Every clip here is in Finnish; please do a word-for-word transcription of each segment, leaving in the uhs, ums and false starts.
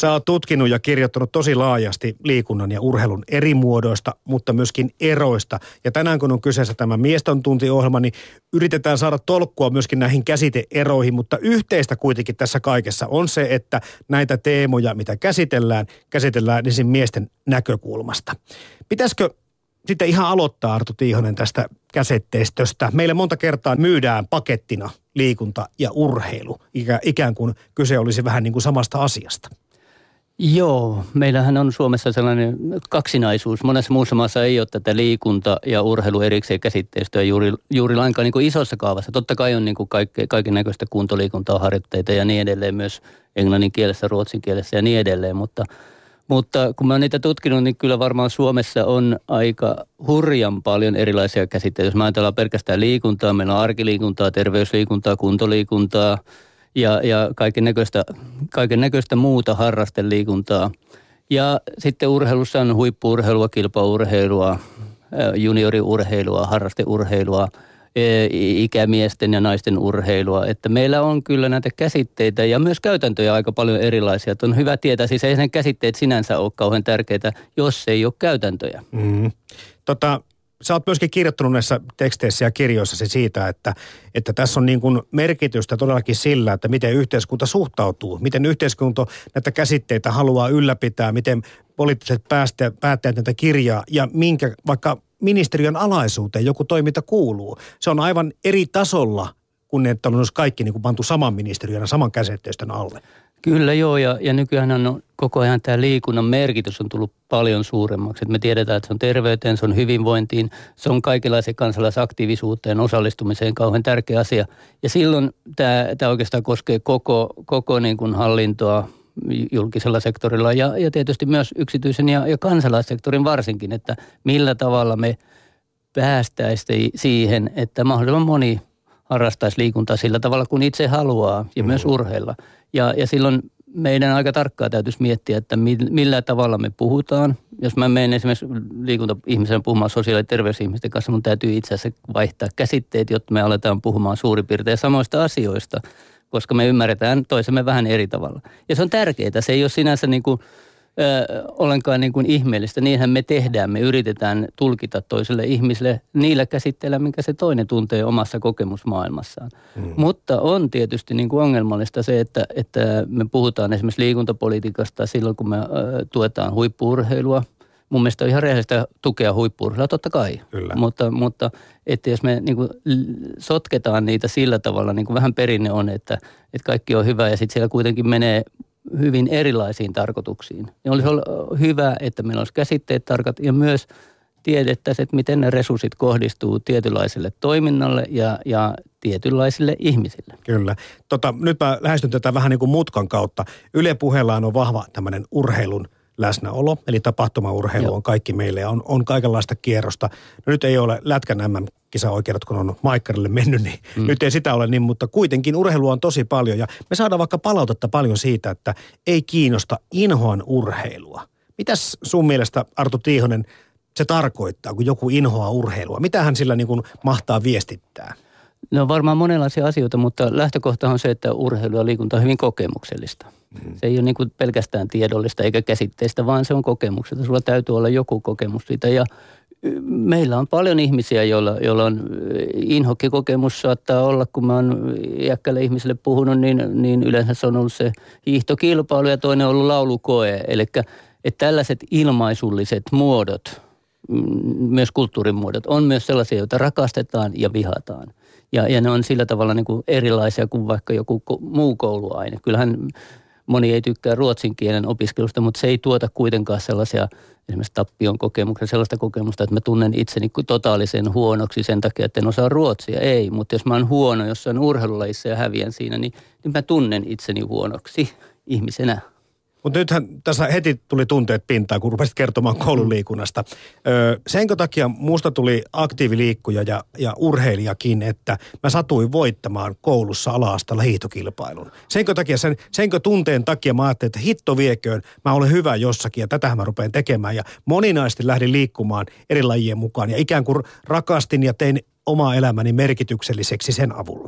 Sä oot tutkinut ja kirjoittanut tosi laajasti liikunnan ja urheilun eri muodoista, mutta myöskin eroista. Ja tänään kun on kyseessä tämä Mieston tunti-ohjelma, niin yritetään saada tolkkua myöskin näihin käsiteeroihin, mutta yhteistä kuitenkin tässä kaikessa on se, että näitä teemoja, mitä käsitellään, käsitellään ensin miesten näkökulmasta. Pitäisikö sitten ihan aloittaa, Arto Tiihonen, tästä käsitteistöstä? Meille monta kertaa myydään pakettina liikunta ja urheilu, ikään kuin kyse olisi vähän niin kuin samasta asiasta. Joo, meillähän on Suomessa sellainen kaksinaisuus. Monessa muussa maassa ei ole tätä liikunta ja urheilu erikseen käsitteistöä juuri, juuri lainkaan niin kuin isossa kaavassa. Totta kai on niin kuin kaiken näköistä kuntoliikuntaa, harjoitteita ja niin edelleen, myös englannin kielessä, ruotsin kielessä ja niin edelleen, mutta Mutta kun mä oon niitä tutkinut, niin kyllä varmaan Suomessa on aika hurjan paljon erilaisia käsitteitä. Jos mä ajatellaan pelkästään liikuntaa, meillä on arkiliikuntaa, terveysliikuntaa, kuntoliikuntaa ja, ja kaiken näköistä, kaiken näköistä muuta harrasteliikuntaa. Ja sitten urheilussa on huippu-urheilua, kilpaurheilua, junioriurheilua, harrasteurheilua, ikämiesten ja naisten urheilua, että meillä on kyllä näitä käsitteitä ja myös käytäntöjä aika paljon erilaisia. Että on hyvä tietää, siis ei sen käsitteet sinänsä ole kauhean tärkeitä, jos ei ole käytäntöjä. Mm. Tota, sä oot myöskin kirjoittanut näissä teksteissä ja kirjoissasi siitä, että, että tässä on niin kuin merkitystä todellakin sillä, että miten yhteiskunta suhtautuu, miten yhteiskunta näitä käsitteitä haluaa ylläpitää, miten poliittiset päättäjät näitä kirjaa ja minkä vaikka ministeriön alaisuuteen joku toiminta kuuluu. Se on aivan eri tasolla, kun ne on kaikki niin kuin pantu saman ministeriön ja saman käsitteistön alle. Kyllä joo, ja, ja nykyään on koko ajan tämä liikunnan merkitys on tullut paljon suuremmaksi. Et me tiedetään, että se on terveyteen, se on hyvinvointiin, se on kaikenlaiseen kansalaisaktiivisuuteen, osallistumiseen kauhean tärkeä asia. Ja silloin tämä, tämä oikeastaan koskee koko, koko niin kuin hallintoa julkisella sektorilla ja, ja tietysti myös yksityisen ja, ja kansalaissektorin varsinkin, että millä tavalla me päästäisiin siihen, että mahdollisimman moni harrastaisi liikuntaa sillä tavalla, kun itse haluaa ja mm. myös urheilla. Ja, ja silloin meidän aika tarkkaan täytyisi miettiä, että millä tavalla me puhutaan. Jos mä menen esimerkiksi liikunta-ihmisen puhumaan sosiaali- ja terveysihmisten kanssa, mun täytyy itse asiassa vaihtaa käsitteet, jotta me aletaan puhumaan suurin piirtein samoista asioista, koska me ymmärretään toisemme vähän eri tavalla. Ja se on tärkeää. Se ei ole sinänsä niin kuin, ö, ollenkaan niin kuin ihmeellistä. Niinhän me tehdään. Me yritetään tulkita toiselle ihmiselle niillä käsitteillä, minkä se toinen tuntee omassa kokemusmaailmassaan. Mm. Mutta on tietysti niin kuin ongelmallista se, että, että me puhutaan esimerkiksi liikuntapolitiikasta silloin, kun me ö, tuetaan huippu-urheilua. Mun mielestä on ihan rehellistä tukea huippu-urheilua, totta kai. Kyllä. Mutta, mutta että jos me niin kuin sotketaan niitä sillä tavalla, niin kuin vähän perinne on, että, että kaikki on hyvä ja sitten siellä kuitenkin menee hyvin erilaisiin tarkoituksiin. Ja olisi hyvä, että meillä olisi käsitteet tarkat ja myös tiedettäisiin, että miten ne resurssit kohdistuu tietynlaiselle toiminnalle ja, ja tietynlaisille ihmisille. Kyllä. Tota, nyt mä lähestyn tätä vähän niin kuin mutkan kautta. Yle Puheellaan on vahva tämmöinen urheilun läsnäolo, eli tapahtumaurheilu Joo. on kaikki meille ja on, on kaikenlaista kierrosta. No nyt ei ole Lätkän äm äm-kisaoikeudet, kun on Maikkarille mennyt, niin mm. nyt ei sitä ole niin, mutta kuitenkin urheilua on tosi paljon ja me saadaan vaikka palautetta paljon siitä, että ei kiinnosta, inhoan urheilua. Mitäs sun mielestä, Arto Tiihonen, se tarkoittaa, kun joku inhoaa urheilua? Mitähän sillä niin kuin mahtaa viestittää? No varmaan monenlaisia asioita, mutta lähtökohta on se, että urheilu ja liikunta on hyvin kokemuksellista. Mm. Se ei ole niin kuin pelkästään tiedollista eikä käsitteistä, vaan se on kokemuksesta. Sulla täytyy olla joku kokemus siitä ja meillä on paljon ihmisiä, joilla, joilla on inhokkikokemus saattaa olla, kun mä oon iäkkäille ihmisille puhunut, niin, niin yleensä se on ollut se hiihtokilpailu ja toinen on ollut laulukoe. Eli että tällaiset ilmaisulliset muodot, myös kulttuurin muodot, on myös sellaisia, joita rakastetaan ja vihataan. Ja, ja ne on sillä tavalla niin kuin erilaisia kuin vaikka joku muu kouluaine. Kyllähän moni ei tykkää ruotsin kielen opiskelusta, mutta se ei tuota kuitenkaan sellaisia esimerkiksi tappion kokemuksia, sellaista kokemusta, että mä tunnen itseni totaalisen huonoksi sen takia, että en osaa ruotsia. Ei, mutta jos mä oon huono jossain urheilulajissa ja häviän siinä, niin, niin mä tunnen itseni huonoksi ihmisenä. Mutta nythän tässä heti tuli tunteet pintaan, kun rupesit kertomaan koululiikunnasta. Öö, senkö takia musta tuli aktiiviliikkuja ja, ja urheilijakin, että mä satuin voittamaan koulussa ala-asteella hiihtokilpailun. Senkö takia, sen, senkö tunteen takia mä ajattelin, että hitto vieköön, mä olen hyvä jossakin ja tätähän mä rupean tekemään. Ja moninaisesti lähdin liikkumaan eri lajien mukaan ja ikään kuin rakastin ja tein omaa elämäni merkitykselliseksi sen avulla.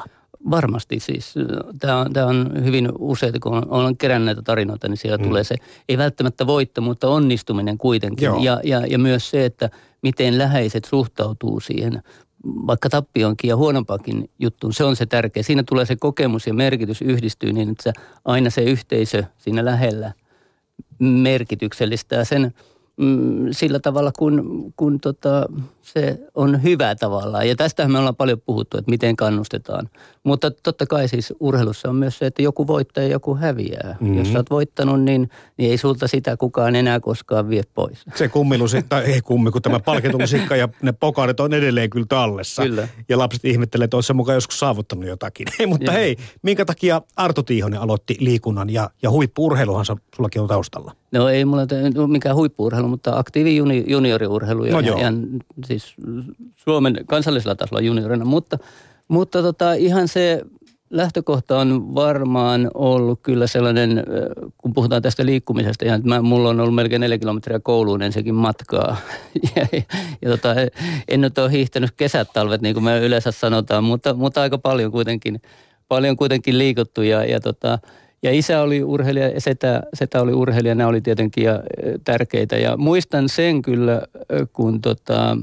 Varmasti siis. Tämä on, tämä on hyvin useita, kun olen, olen kerännyt näitä tarinoita, niin siellä mm. tulee se, ei välttämättä voitto, mutta onnistuminen kuitenkin. Ja, ja, ja myös se, että miten läheiset suhtautuu siihen, vaikka tappionkin ja huonompakin juttuun, se on se tärkeä. Siinä tulee se kokemus ja merkitys yhdistyy niin, että aina se yhteisö siinä lähellä merkityksellistää sen mm, sillä tavalla, kun, kun tota, se on hyvä tavallaan. Ja tästähän me ollaan paljon puhuttu, että miten kannustetaan. Mutta totta kai siis urheilussa on myös se, että joku voittaa ja joku häviää. Mm-hmm. Jos sä oot voittanut, niin, niin ei sulta sitä kukaan enää koskaan vie pois. Se kummilusikka, tai ei kummi, kun tämä palkintolusikka ja ne pokarit on edelleen kyllä tallessa. Kyllä. Ja lapset ihmettelee, että olisi se mukaan joskus saavuttanut jotakin. Mutta Joo. hei, minkä takia Arto Tiihonen aloitti liikunnan ja, ja huippu-urheiluhan sullakin on taustalla? No ei mulla ole mikään huippu-urheilu, mutta aktiivi juni, junioriurheilu ja, no ja, ja siis Suomen kansallisella tasolla juniorina, mutta, mutta tota, ihan se lähtökohta on varmaan ollut kyllä sellainen, kun puhutaan tästä liikkumisesta, ja mä, mulla on ollut melkein neljä kilometriä kouluun ensinnäkin matkaa, ja, ja, ja tota, en nyt ole hiihtänyt kesät, talvet, niin kuin me yleensä sanotaan, mutta, mutta aika paljon kuitenkin, paljon kuitenkin liikuttu, ja, ja tota, ja isä oli urheilija ja setä, setä oli urheilija, nämä oli tietenkin ja, tärkeitä. Ja muistan sen kyllä, kun tota,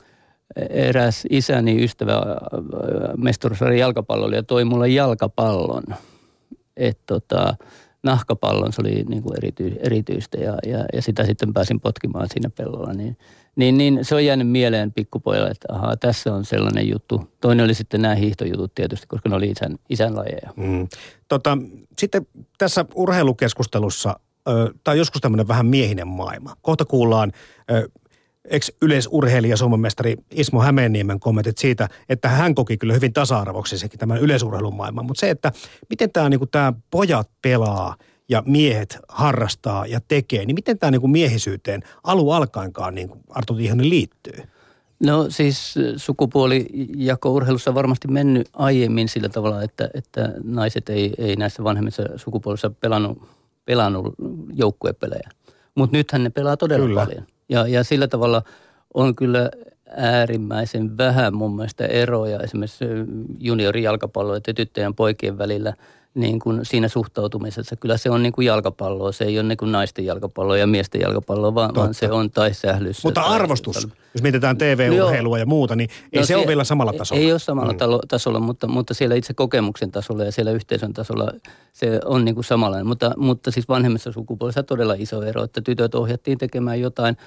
eräs isäni ystävä mestaruussarjan jalkapalloilija toi mulle jalkapallon. Että tota, nahkapallon, se oli niin kuin erity, erityistä ja, ja, ja sitä sitten pääsin potkimaan siinä pellolla. Niin, niin, niin se on jäänyt mieleen pikkupojalle, että ahaa, tässä on sellainen juttu. Toinen oli sitten nämä hiihtojutut tietysti, koska ne oli isän, isän lajeja. Mm. Tota, sitten tässä urheilukeskustelussa, ö, tai joskus tämmöinen vähän miehinen maailma. Kohta kuullaan ö, ex-yleisurheilija, Suomen mestari Ismo Hämeenniemen kommentit siitä, että hän koki kyllä hyvin tasa-arvoksi sekin tämän yleisurheilun maailman. Mutta se, että miten tämä niinku, pojat pelaa ja miehet harrastaa ja tekee, niin miten tämä niinku miehisyyteen alu alkaenkaan niinku Arto Tiihonen liittyy? No siis sukupuolijako urheilussa on varmasti mennyt aiemmin sillä tavalla, että, että naiset ei, ei näissä vanhemmissa sukupuolissa pelannut, pelannut joukkuepelejä. Mutta nythän ne pelaa todella kyllä. paljon. Ja, ja sillä tavalla on kyllä äärimmäisen vähän mun mielestä eroja esimerkiksi juniorijalkapalloja ja tyttöjen poikien välillä niin kuin siinä suhtautumisessa. Kyllä se on niin kuin jalkapalloa, se ei ole niin kuin naisten jalkapalloa ja miesten jalkapalloa, vaan, vaan se on tai sählyssä. Mutta tai arvostus, tai jos mietitään T V-urheilua no, ja muuta, niin ei no se, se ole vielä samalla tasolla. Ei ole samalla mm. tasolla, mutta, mutta siellä itse kokemuksen tasolla ja siellä yhteisön tasolla se on niin kuin samanlainen. Mutta, mutta siis vanhemmassa sukupuolessa todella iso ero, että tytöt ohjattiin tekemään jotain.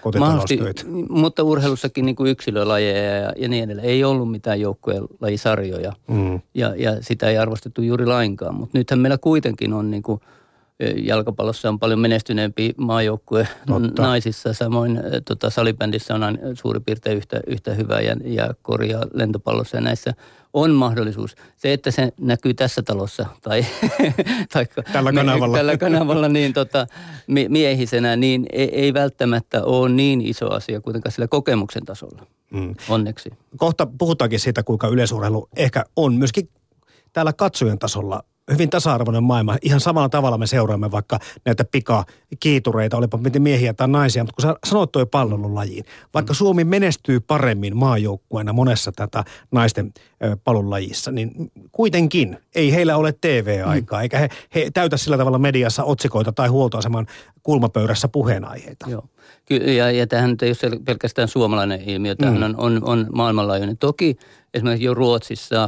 Mutta urheilussakin niin kuin yksilölajeja ja, ja niin edelleen. Ei ollut mitään joukkueen lajisarjoja mm. ja, ja sitä ei arvostettu juuri lainkaan. Mutta nythän meillä kuitenkin on niin kuin jalkapallossa on paljon menestyneempi maajoukkue Totta. naisissa. Samoin tota, salibändissä on suurin piirtein yhtä, yhtä hyvä ja, ja korjaa lentopallossa ja näissä on mahdollisuus. Se, että se näkyy tässä talossa tai, tai tällä kanavalla, tällä kanavalla niin, tota, miehisenä, niin ei, ei välttämättä ole niin iso asia kuitenkaan sillä kokemuksen tasolla. Mm. Onneksi. Kohta puhutaankin siitä, kuinka yleisurheilu ehkä on myöskin täällä katsojen tasolla hyvin tasa-arvoinen maailma. Ihan samalla tavalla me seuraamme vaikka näitä pikakiitureita, olipa miehiä tai naisia, mutta kun sä sanoit toi pallonlajiin, vaikka Suomi menestyy paremmin maajoukkueena monessa tätä naisten pallonlajissa, niin kuitenkin ei heillä ole T V-aikaa, eikä he, he täytä sillä tavalla mediassa otsikoita tai huoltoaseman kulmapöydässä puheenaiheita. Joo. Ja, ja tämähän ei ole pelkästään suomalainen ilmiö, tämähän mm. on, on maailmanlaajuinen. Toki esimerkiksi jo Ruotsissa,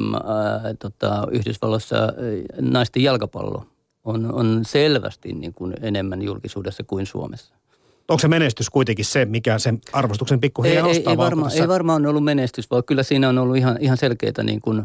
ää, tota, Yhdysvalloissa ää, naisten jalkapallo on, on selvästi niin kuin enemmän julkisuudessa kuin Suomessa. Onko se menestys kuitenkin se, mikä sen arvostuksen pikkuhiljaa nostaa? Ei, ei, varma, ei varmaan ollut menestys, vaan kyllä siinä on ollut ihan, ihan selkeitä, niin kuin,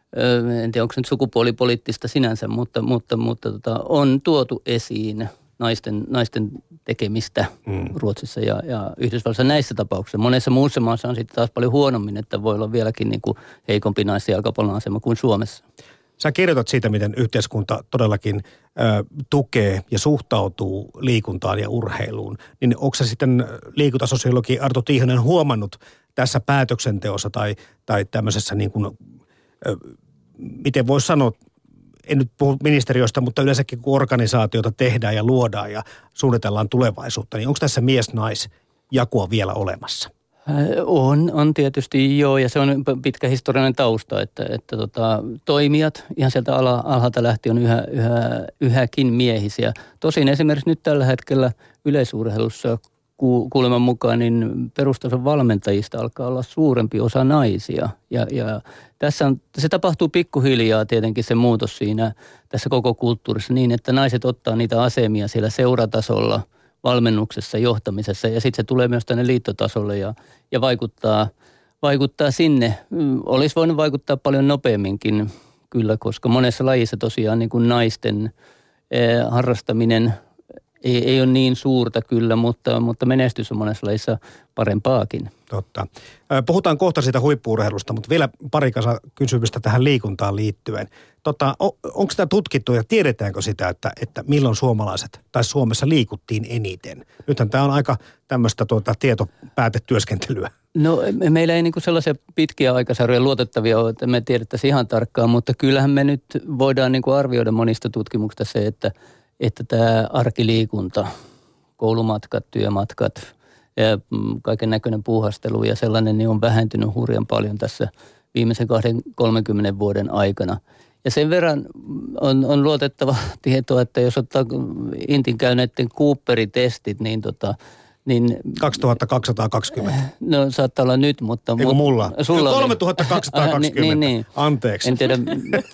en tiedä onko se nyt sukupuolipoliittista sinänsä, mutta, mutta, mutta tota, on tuotu esiin naisten, naisten tekemistä mm. Ruotsissa ja, ja Yhdysvalloissa näissä tapauksissa. Monessa muussa maassa on sitten taas paljon huonommin, että voi olla vieläkin niin kuin heikompi naisten jalkapallon asema kuin Suomessa. Sä kirjoitat siitä, miten yhteiskunta todellakin ö, tukee ja suhtautuu liikuntaan ja urheiluun. Niin onko sä sitten liikuntasosiologi Arto Tiihonen huomannut tässä päätöksenteossa tai, tai tämmöisessä niin kuin, ö, miten voisi sanoa, en nyt puhu ministeriöstä, mutta yleensäkin kun organisaatiota tehdään ja luodaan ja suunnitellaan tulevaisuutta, niin onko tässä mies-nais-jakoa vielä olemassa? On, on tietysti joo, ja se on pitkä historiallinen tausta, että, että tota, toimijat ihan sieltä ala, alhaalta lähtien on yhä, yhä, yhäkin miehisiä. Tosin esimerkiksi nyt tällä hetkellä yleisurheilussa kuuleman mukaan niin perustason valmentajista alkaa olla suurempi osa naisia. Ja, ja tässä on, se tapahtuu pikkuhiljaa tietenkin se muutos siinä tässä koko kulttuurissa niin, että naiset ottaa niitä asemia siellä seuratasolla, valmennuksessa, johtamisessa ja sitten se tulee myös tänne liittotasolle ja, ja vaikuttaa, vaikuttaa sinne. Olisi voinut vaikuttaa paljon nopeamminkin kyllä, koska monessa lajissa tosiaan niin kuin naisten eh, harrastaminen ei, ei ole niin suurta kyllä, mutta, mutta menestys on monessa lajissa parempaakin. Totta. Puhutaan kohta siitä huippu-urheilusta, mutta vielä pari kasa kysymystä tähän liikuntaan liittyen. Tota, on, onko sitä tutkittu ja tiedetäänkö sitä, että, että milloin suomalaiset tai Suomessa liikuttiin eniten? Nythän tämä on aika tämmöistä tuota, tietopäätetyöskentelyä. No meillä ei niinku sellaisia pitkiä aikasarjoja luotettavia ole, että me tiedettäisiin ihan tarkkaan, mutta kyllähän me nyt voidaan niinku arvioida monista tutkimuksista se, että, että tämä arkiliikunta, koulumatkat, työmatkat ja kaiken näköinen puuhastelu ja sellainen niin on vähentynyt hurjan paljon tässä viimeisen kahden kolmenkymmenen vuoden aikana. Ja sen verran on, on luotettava tietoa, että jos ottaa Intin käyneiden Cooperin-testit, niin tota, niin kaksituhattakaksisataakaksikymmentä. No saattaa olla nyt, mutta... Eiku mulla? Sulla kolmetuhattakaksisataakaksikymmentä. Niin, niin. Anteeksi. En tiedä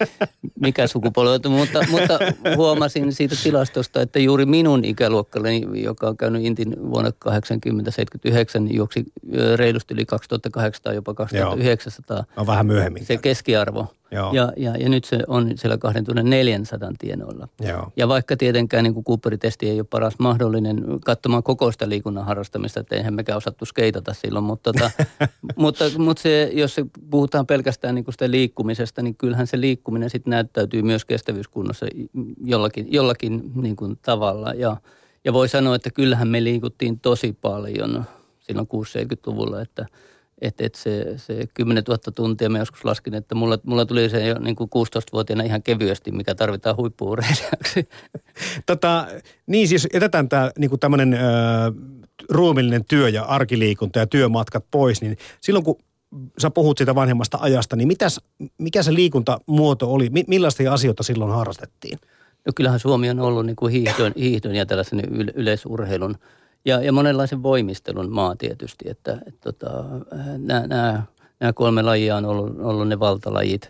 mikä sukupolvi, mutta, mutta huomasin siitä tilastosta, että juuri minun ikäluokkalleni, joka on käynyt Intin vuonna kahdeksankymmentä seitsemänkymmentäyhdeksän, juoksi reilusti yli kaksituhattakahdeksansataa, jopa kaksituhattayhdeksänsataa. On vähän myöhemmin. Se keskiarvo. Ja, ja, ja nyt se on siellä kaksituhattaneljäsataa tienoilla. Joo. Ja vaikka tietenkään niin Cooperin-testi ei ole paras mahdollinen katsomaan koko sitä liikunnan harrastamista, että eihän mekään osattu skeitata silloin, mutta, tota, mutta, mutta se, jos se puhutaan pelkästään niin sitä liikkumisesta, niin kyllähän se liikkuminen sitten näyttäytyy myös kestävyyskunnossa jollakin, jollakin niin kuin tavalla. Ja, ja voi sanoa, että kyllähän me liikuttiin tosi paljon silloin kuusikymmentä-seitsemänkymmentäluvulla, että Että et se, se kymmenentuhatta tuntia mä joskus laskin, että mulla, mulla tuli se jo niin kuin kuusitoistavuotiaana ihan kevyesti, mikä tarvitaan huippu-urheilijaksi. Tota, niin siis jätetään tämä niin kuin tämmöinen äh, ruumillinen työ ja arkiliikunta ja työmatkat pois, niin silloin kun sä puhut siitä vanhemmasta ajasta, niin mitäs, mikä se liikuntamuoto oli? Mi, millaisia asioita silloin harrastettiin? No kyllähän Suomi on ollut niin kuin hiihdon, hiihdon ja tällaisen yle, yleisurheilun Ja, ja monenlaisen voimistelun maa tietysti, että, että tota, nämä, nämä, nämä kolme lajia on ollut, ollut ne valtalajit,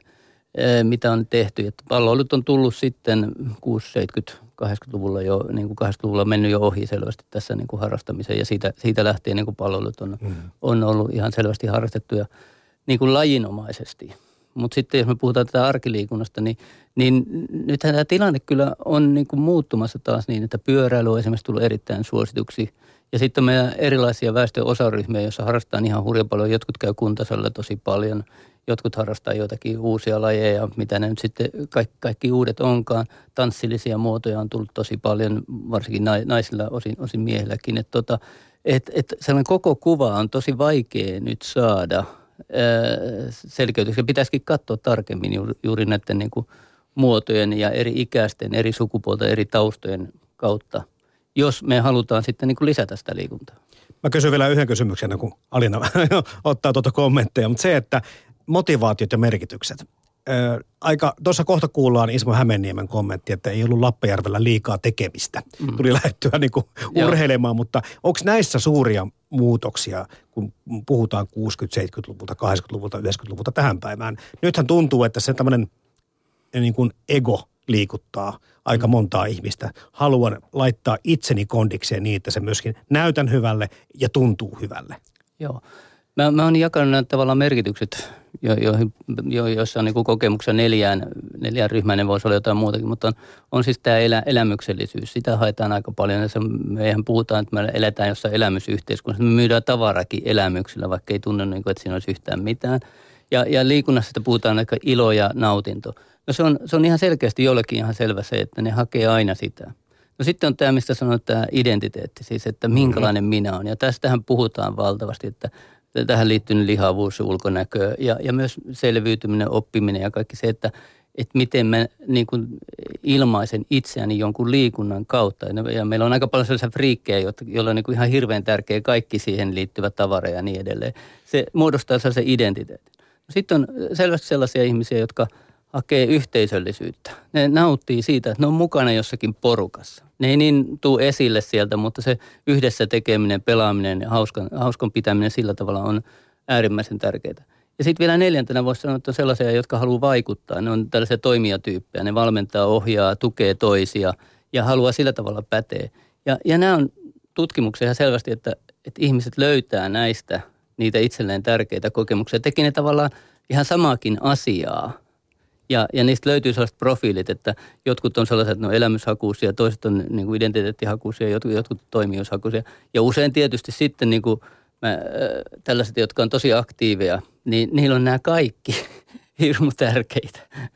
mitä on tehty. Että palloilut on tullut sitten kuusikymmentä-, seitsemänkymmentä-, kahdeksankymmentäluvulla jo, niin kuin kahdeksankymmentäluvulla mennyt jo ohi selvästi tässä niin kuin harrastamiseen ja siitä, siitä lähtien niin kuin palloilut on, mm. on ollut ihan selvästi harrastettuja niin kuin lajinomaisesti. Mutta sitten jos me puhutaan tätä arkiliikunnasta, niin, niin nythän tämä tilanne kyllä on niin kuin muuttumassa taas niin, että pyöräily on esimerkiksi tullut erittäin suosituksi. Ja sitten on meidän erilaisia väestön osaryhmiä, joissa harrastetaan ihan hurja paljon. Jotkut käy kuntosalilla tosi paljon, jotkut harrastaa joitakin uusia lajeja, mitä ne nyt sitten kaikki, kaikki uudet onkaan. Tanssillisia muotoja on tullut tosi paljon, varsinkin naisilla, osin, osin miehilläkin. Että tota, et, et sellainen koko kuva on tosi vaikea nyt saada selkeytyksiä. Pitäisikin katsoa tarkemmin juuri, juuri näiden niin kuin muotojen ja eri ikäisten, eri sukupuolta, eri taustojen kautta, jos me halutaan sitten niin kuin lisätä sitä liikuntaa. Mä kysyn vielä yhden kysymyksen, kun Alina ottaa tuota kommentteja, mutta se, että motivaatiot ja merkitykset. Ö, aika, tuossa kohta kuullaan Ismo Hämeenniemen kommentti, että ei ollut Lappajärvellä liikaa tekemistä. Mm. Tuli lähdettyä niin kuin urheilemaan, mutta onko näissä suuria muutoksia, kun puhutaan kuusikymmentä-, seitsemänkymmentäluvulta, kahdeksankymmentäluvulta, yhdeksänkymmentäluvulta tähän päivään? Nythän tuntuu, että se tämmöinen niin kuin ego liikuttaa aika montaa ihmistä. Haluan laittaa itseni kondikseen niin, että se myöskin näytän hyvälle ja tuntuu hyvälle. Joo. Mä, mä oon jakanut nämä tavallaan merkitykset, jo, joihin, jo, joissa on niin kuin kokemuksia neljään, neljään ryhmään, ne voisi olla jotain muutakin, mutta on, on siis tämä elä, elämyksellisyys. Sitä haetaan aika paljon. Ja se, meihän puhutaan, että me eletään jossain elämysyhteiskunnassa. Me myydään tavarakin elämyksillä, vaikka ei tunne, niin kuin, että siinä olisi yhtään mitään. Ja, ja liikunnassa puhutaan aika ilo ja nautinto. No se on, se on ihan selkeästi jollekin ihan selvä se, että ne hakee aina sitä. No sitten on tämä, mistä sanoo tämä identiteetti, siis että minkälainen minä on. Ja tästähän puhutaan valtavasti, että tähän liittyy lihavuus, ulkonäkö ja, ja myös selviytyminen, oppiminen ja kaikki se, että että miten mä niin kuin ilmaisen itseäni jonkun liikunnan kautta. Ja meillä on aika paljon sellaisia friikkejä, joilla on niin kuin ihan hirveän tärkeä kaikki siihen liittyvät tavara ja niin edelleen. Se muodostaa sellaisen identiteetin. Sitten on selvästi sellaisia ihmisiä, jotka hakee yhteisöllisyyttä. Ne nauttii siitä, että ne on mukana jossakin porukassa. Ne ei niin tule esille sieltä, mutta se yhdessä tekeminen, pelaaminen ja hauskan, hauskan pitäminen sillä tavalla on äärimmäisen tärkeää. Ja sitten vielä neljäntenä voisi sanoa, että on sellaisia, jotka haluaa vaikuttaa. Ne on tällaisia toimijatyyppejä. Ne valmentaa, ohjaa, tukee toisia ja haluaa sillä tavalla päteä. Ja, ja nämä on tutkimuksia ihan selvästi, että, että ihmiset löytää näistä niitä itselleen tärkeitä kokemuksia. Teki ne tavallaan ihan samaakin asiaa. Ja, ja niistä löytyy sellaiset profiilit, että jotkut on sellaiset, että ne on elämyshakuisia, toiset on niin kuin identiteettihakuisia, jotkut, jotkut toimijuushakuisia. Ja usein tietysti sitten niin kuin mä, tällaiset, jotka on tosi aktiiveja, niin niillä on nämä kaikki hirmu tärkeitä.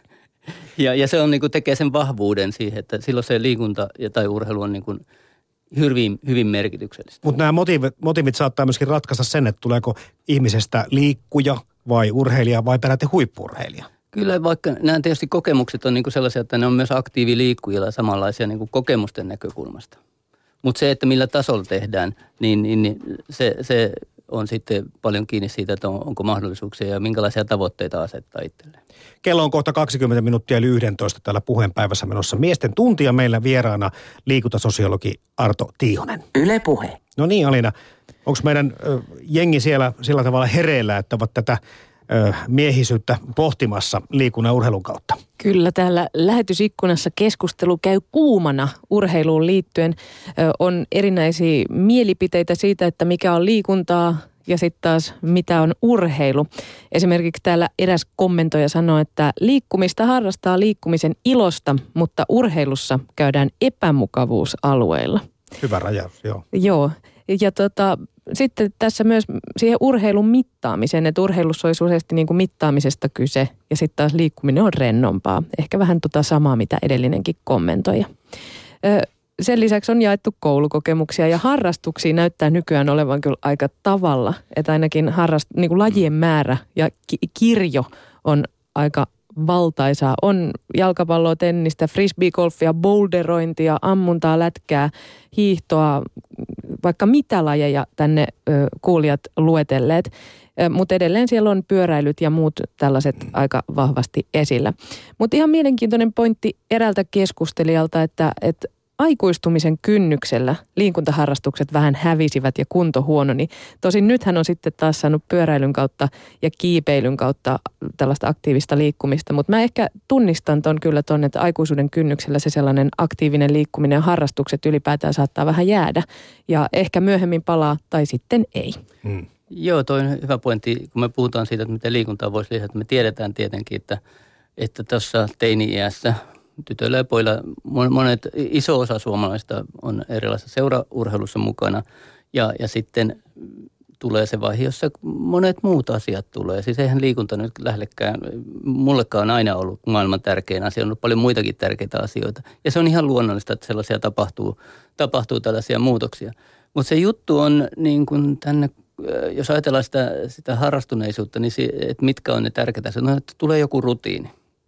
Ja, ja se on niin kuin tekee sen vahvuuden siihen, että silloin se liikunta ja tai urheilu on niin kuin hyvin, hyvin merkityksellistä. Mutta nämä motiivit, motiivit saattaa myöskin ratkaista sen, että tuleeko ihmisestä liikkuja vai urheilija vai peräti huippu-urheilija. Kyllä, vaikka nämä tietysti kokemukset on niin kuin sellaisia, että ne on myös aktiiviliikkujilla samanlaisia niin kuin kokemusten näkökulmasta. Mutta se, että millä tasolla tehdään, niin, niin, niin se, se on sitten paljon kiinni siitä, että on, onko mahdollisuuksia ja minkälaisia tavoitteita asettaa itselleen. Kello on kohta kaksikymmentä minuuttia yli yksitoista täällä puheenpäivässä menossa miesten tuntia. Meillä vieraana liikuntasosiologi Arto Tiihonen. Yle Puhe. No niin, Alina, onko meidän ö, jengi siellä sillä tavalla hereillä, että ovat tätä ö, miehisyyttä pohtimassa liikunnan ja urheilun kautta? Kyllä, täällä lähetysikkunassa keskustelu käy kuumana urheiluun liittyen. Ö, on erinäisiä mielipiteitä siitä, että mikä on liikuntaa ja sitten taas mitä on urheilu. Esimerkiksi täällä eräs kommentoija sanoi, että liikkumista harrastaa liikkumisen ilosta, mutta urheilussa käydään epämukavuusalueilla. Hyvä rajaus, joo. Joo, ja tota, sitten tässä myös siihen urheilun mittaamiseen, että urheilussa olisi useasti niin kuin mittaamisesta kyse ja sitten taas liikkuminen on rennompaa. Ehkä vähän tota samaa, mitä edellinenkin kommentoija. Ö, Sen lisäksi on jaettu koulukokemuksia ja harrastuksia näyttää nykyään olevan kyllä aika tavalla, että ainakin harrast, niin kuin lajien määrä ja ki- kirjo on aika valtaisaa. On jalkapalloa, tennistä, frisbeegolfia, boulderointia, ammuntaa, lätkää, hiihtoa, vaikka mitä lajeja tänne ö, kuulijat luetelleet. Mutta edelleen siellä on pyöräilyt ja muut tällaiset aika vahvasti esillä. Mutta ihan mielenkiintoinen pointti eräältä keskustelijalta, että, että aikuistumisen kynnyksellä liikuntaharrastukset vähän hävisivät ja kunto huononi. Tosin nythän on sitten taas saanut pyöräilyn kautta ja kiipeilyn kautta tällaista aktiivista liikkumista, mutta mä ehkä tunnistan ton kyllä ton, että aikuisuuden kynnyksellä se sellainen aktiivinen liikkuminen ja harrastukset ylipäätään saattaa vähän jäädä ja ehkä myöhemmin palaa tai sitten ei. Hmm. Joo, toi on hyvä pointti, kun me puhutaan siitä, että miten liikuntaa voisi lisätä. Me tiedetään tietenkin, että että tuossa teini-iässä tytöillä ja pojilla monet, iso osa suomalaisista on erilaisessa seuraurheilussa mukana ja, ja sitten tulee se vaihe, jossa monet muut asiat tulee. Siis eihän liikunta nyt lähellekään, mullekaan on aina ollut maailman tärkein asia, on ollut paljon muitakin tärkeitä asioita. Ja se on ihan luonnollista, että sellaisia tapahtuu, tapahtuu tällaisia muutoksia. Mutta se juttu on niin kuin tänne, jos ajatellaan sitä, sitä harrastuneisuutta, niin se, että mitkä on ne tärkeitä, se on, että tulee joku rutiini.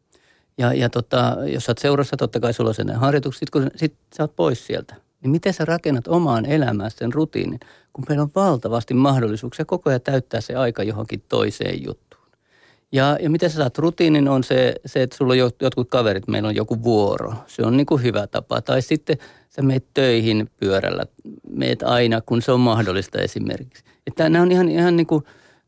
Ja, ja tota, jos sä oot seurassa, totta kai sulla on sen harjoitukset, sit kun sit sä oot pois sieltä, niin miten sä rakennat omaan elämään sen rutiinin, kun meillä on valtavasti mahdollisuuksia koko ajan täyttää se aika johonkin toiseen juttuun. Ja, ja miten sä saat rutiinin on se, se, että sulla on jotkut kaverit, meillä on joku vuoro. Se on niin kuin hyvä tapa. Tai sitten sä meet töihin pyörällä, meet aina, kun se on mahdollista esimerkiksi. Että nämä on ihan, ihan niin kuin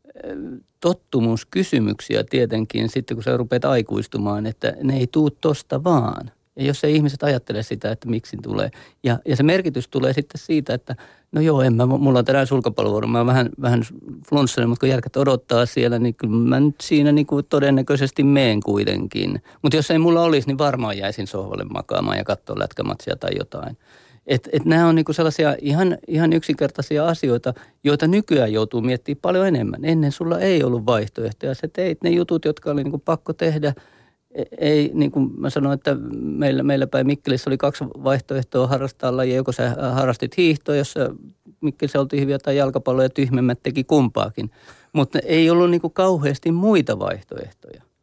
tottumuskysymyksiä tietenkin sitten, kun sä rupeat aikuistumaan, että ne ei tuu tosta vaan. Ja jos ei ihmiset ajattele sitä, että miksi tulee. Ja, ja se merkitys tulee sitten siitä, että no joo, en mä, mulla on tänään sulkapallovuoro, mä oon vähän, vähän flunssainen, mutta kun järkät odottaa siellä, niin kyllä mä nyt siinä niin kuin todennäköisesti meen kuitenkin. Mutta jos ei mulla olisi, niin varmaan jäisin sohvalle makaamaan ja katsoa lätkämatsia tai jotain. Että et nämä on niinku sellaisia ihan, ihan yksinkertaisia asioita, joita nykyään joutuu miettimään paljon enemmän. Ennen sulla ei ollut vaihtoehtoja. Sä teit ne jutut, jotka oli niinku pakko tehdä. Ei, niin kuin mä sanoin, että meillä, meillä päin Mikkelissä oli kaksi vaihtoehtoa harrastaa lajia. Joko sä harrastit hiihtoa, jossa Mikkelissä oltiin hyviä, tai jalkapalloa ja tyhmemmät teki kumpaakin. Mutta ei ollut niinku kauheasti muita vaihtoehtoja.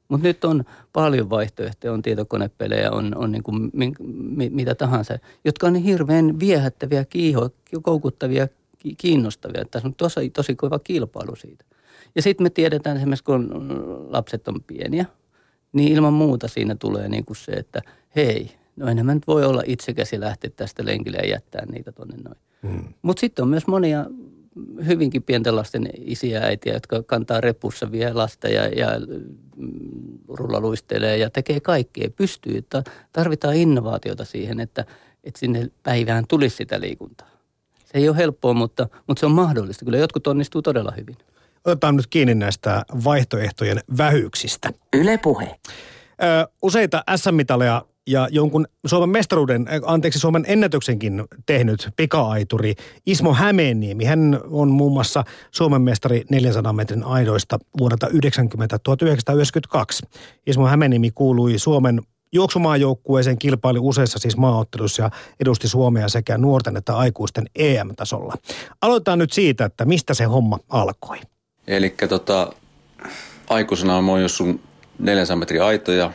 Mutta nyt on paljon vaihtoehtoja, on tietokonepelejä, on, on niin kuin mi, mi, mitä tahansa, jotka on niin hirveän viehättäviä, kiiho, koukuttavia, kiinnostavia. Tässä on tosi, tosi kova kilpailu siitä. Ja sitten me tiedetään esimerkiksi, kun lapset on pieniä, niin ilman muuta siinä tulee niin kuin se, että hei, no enemmän nyt voi olla itsekäsi lähteä tästä lenkille ja jättää niitä tonne noin. Hmm. Mutta sitten on myös monia hyvinkin pienten lasten isiä ja äitiä, jotka kantaa repussa, vie lasta ja, ja rullaluistelee ja tekee kaikkea, pystyy. Että tarvitaan innovaatiota siihen, että, että sinne päivään tulisi sitä liikuntaa. Se ei ole helppoa, mutta, mutta se on mahdollista. Kyllä jotkut onnistuu todella hyvin. Otetaan nyt kiinni näistä vaihtoehtojen vähyyksistä. Yle Puhe. Ö, useita äs äm-mitaleja ja jonkun Suomen mestaruuden, anteeksi Suomen ennätyksenkin tehnyt pika-aituri Ismo Hämeenniemi. Hän on muun muassa Suomen mestari neljänsadan metrin aidoista vuodelta yhdeksänkymmentä tuhatyhdeksänsataayhdeksänkymmentäkaksi. Ismo Hämeenniemi kuului Suomen juoksumaajoukkueeseen, kilpaili useissa siis maaotteluissa ja edusti Suomea sekä nuorten että aikuisten E M-tasolla. Aloitetaan nyt siitä, että mistä se homma alkoi. Elikkä tota, aikuisena mä oon juossut neljänsadan metrin aitoja,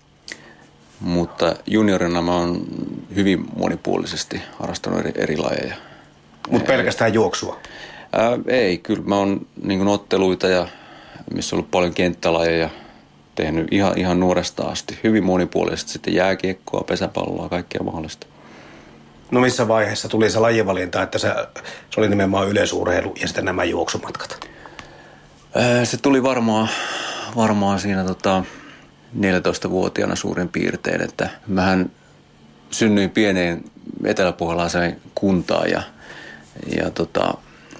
mutta juniorina mä oon hyvin monipuolisesti harrastanut eri, eri lajeja. Mutta pelkästään juoksua? Ää, ei, kyllä mä oon niin kuin otteluita ja missä on ollut paljon kenttälajeja tehnyt ihan, ihan nuoresta asti. Hyvin monipuolisesti sitten jääkiekkoa, pesäpalloa, kaikkea mahdollista. No missä vaiheessa tuli se lajivalinta, että se, se oli nimenomaan yleisurheilu ja sitten nämä juoksumatkat? Ää, se tuli varmaan, varmaan siinä tota neljätoistavuotiaana suurin piirtein, että mähän synnyin pieneen eteläpohjalaiseen kuntaan ja, ja tota,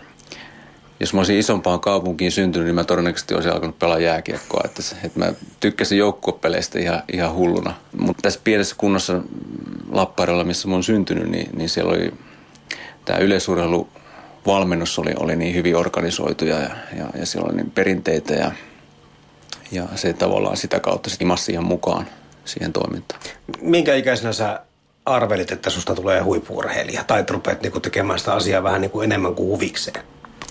jos mä olisin isompaan kaupunkiin syntynyt, niin mä todennäköisesti olisin alkanut pelaa jääkiekkoa. Että, että mä tykkäsin joukkuepeleistä ihan, ihan hulluna. Mutta tässä pienessä kunnassa Lappajärvellä, missä mä oon syntynyt, niin, niin siellä oli tämä yleisurheiluvalmennus oli, oli niin hyvin organisoitu ja, ja, ja siellä oli niin perinteitä ja, ja se tavallaan sitä kautta se imasi siihen mukaan, siihen toimintaan. Minkä ikäisenä sä arvelit, että susta tulee huippu-urheilija tai rupeat niinku tekemään sitä asiaa vähän niinku enemmän kuin huvikseen?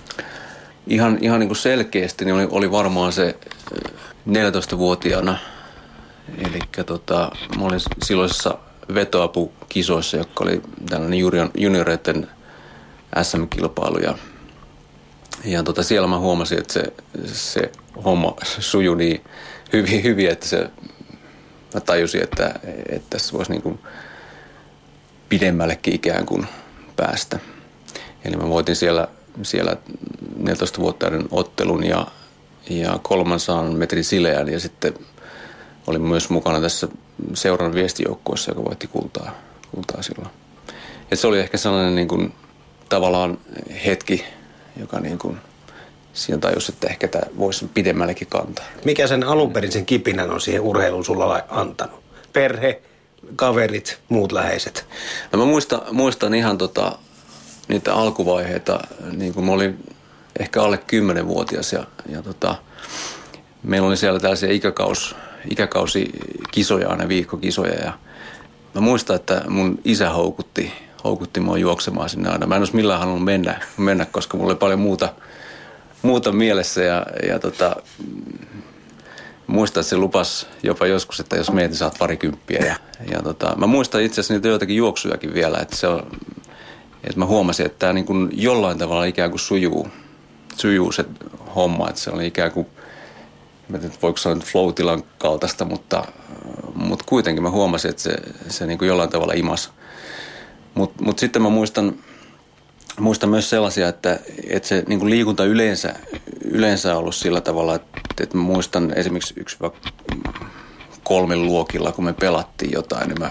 Ihan, ihan niin kuin selkeästi niin oli, oli varmaan se neljätoistavuotiaana. Eli tota, mä olin silloisessa vetoapukisoissa, jotka oli tällainen junioreiden äs äm-kilpailu. Ja, ja tota, siellä mä huomasin, että se, se homma sujui niin hyvin, hyvin että se, mä tajusin, että, että tässä voisi niin kuin pidemmällekin ikään kuin päästä. Eli mä voitin siellä siellä neljätoistavuotiaiden ottelun ja, ja kolmansadan metrin sileän ja sitten olin myös mukana tässä seuran viestijoukkueessa, joka voitti kultaa, kultaa silloin. Ja se oli ehkä sellainen niin kuin, tavallaan hetki, joka niin kuin, siinä tajusi, että ehkä tämä voisi pidemmällekin kantaa. Mikä sen alun perin sen kipinän on siihen urheiluun sulla antanut? Perhe, kaverit, muut läheiset? No mä muistan, muistan ihan tota niitä alkuvaiheita, niin kuin mä olin ehkä alle kymmenvuotias ja, ja tota, meillä oli siellä tällaisia ikäkaus, ikäkausikisoja, aina viikkokisoja ja mä muistan, että mun isä houkutti, houkutti mua juoksemaan sinne aina. Mä en olisi millään halunnut mennä, mennä koska mulla oli paljon muuta, muuta mielessä ja, ja tota, muistan, että se lupasi jopa joskus, että jos meitä saat parikymppiä ja, ja tota, mä muistan itse asiassa niitä joitakin juoksujakin vielä, että se on että mä huomasin, että tämä niin kuin jollain tavalla ikään kuin sujuu, sujuu se homma, että se oli ikään kuin, mä tiedän, voiko sanoa flow-tilan kaltaista, mutta, mutta kuitenkin mä huomasin, että se, se niin kuin jollain tavalla imasi. Mutta mut sitten mä muistan, muistan myös sellaisia, että, että se niin kuin liikunta yleensä, yleensä on ollut sillä tavalla, että, että mä muistan esimerkiksi yksi kolmen luokilla, kun me pelattiin jotain, niin mä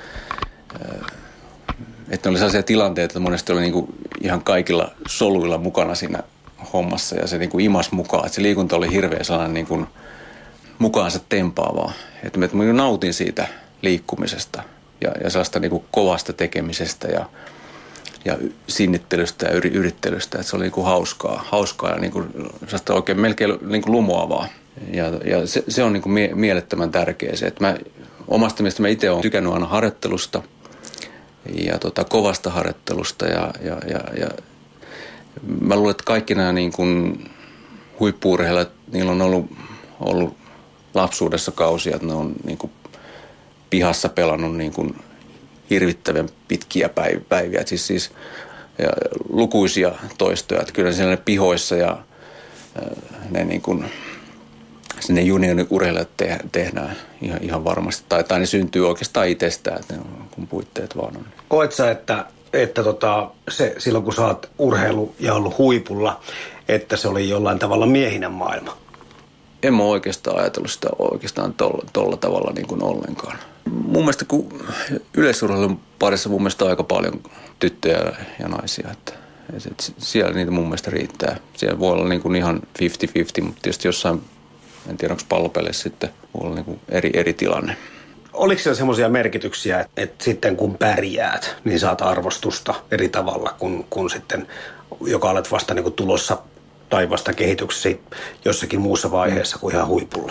että ne oli sellaisia tilanteita, että monesti oli niinku ihan kaikilla soluilla mukana siinä hommassa ja se niinku imasi mukaan. Että se liikunta oli hirveän sellainen niinku mukaansa tempaavaa. Että mä nautin siitä liikkumisesta ja, ja sellaista niinku kovasta tekemisestä ja, ja sinnittelystä ja yrittelystä. Että se oli niinku hauskaa, hauskaa ja niinku sellaista oikein melkein niinku lumoavaa. Ja, ja se, se on niinku mie- mielettömän tärkeä se, että mä omasta mielestä mä itse olen tykännyt aina harjoittelusta ja tota, kovasta harjoittelusta ja, ja, ja, ja mä luulen, että kaikki nämä niin kuin huippu-urheilijat, niillä on ollut, ollut lapsuudessa kausia, että ne on niin kuin pihassa pelannut niin kuin hirvittävän pitkiä päiviä, siis, siis ja lukuisia toistoja, että kyllä siellä pihoissa ja ne niin kuin sinne junioriurheilijat te, tehdään ihan, ihan varmasti, tai, tai ne syntyy oikeastaan itsestään, että ne on, kun puitteet vaan on. Koet sä, että, että tota, se, silloin kun sä oot urheilu ja ollut huipulla, että se oli jollain tavalla miehinen maailma? En mä oikeastaan ajatellut sitä oikeastaan tolla, tolla tavalla niin kuin ollenkaan. Mun mielestä kun yleisurheilun parissa mun mielestä on aika paljon tyttöjä ja naisia, että, että siellä niitä mun mielestä riittää. Siellä voi olla niin kuin ihan viisikymmentä viisikymmentä, mutta tietysti jossain, en tiedä onko pallopeleissä sitten, voi olla niin kuin eri, eri tilanne. Oliko siellä semmoisia merkityksiä, että, että sitten kun pärjäät, niin saat arvostusta eri tavalla kuin, kuin sitten, joka olet vasta niin kuin tulossa tai vasta kehityksesi jossakin muussa vaiheessa kuin ihan huipulla?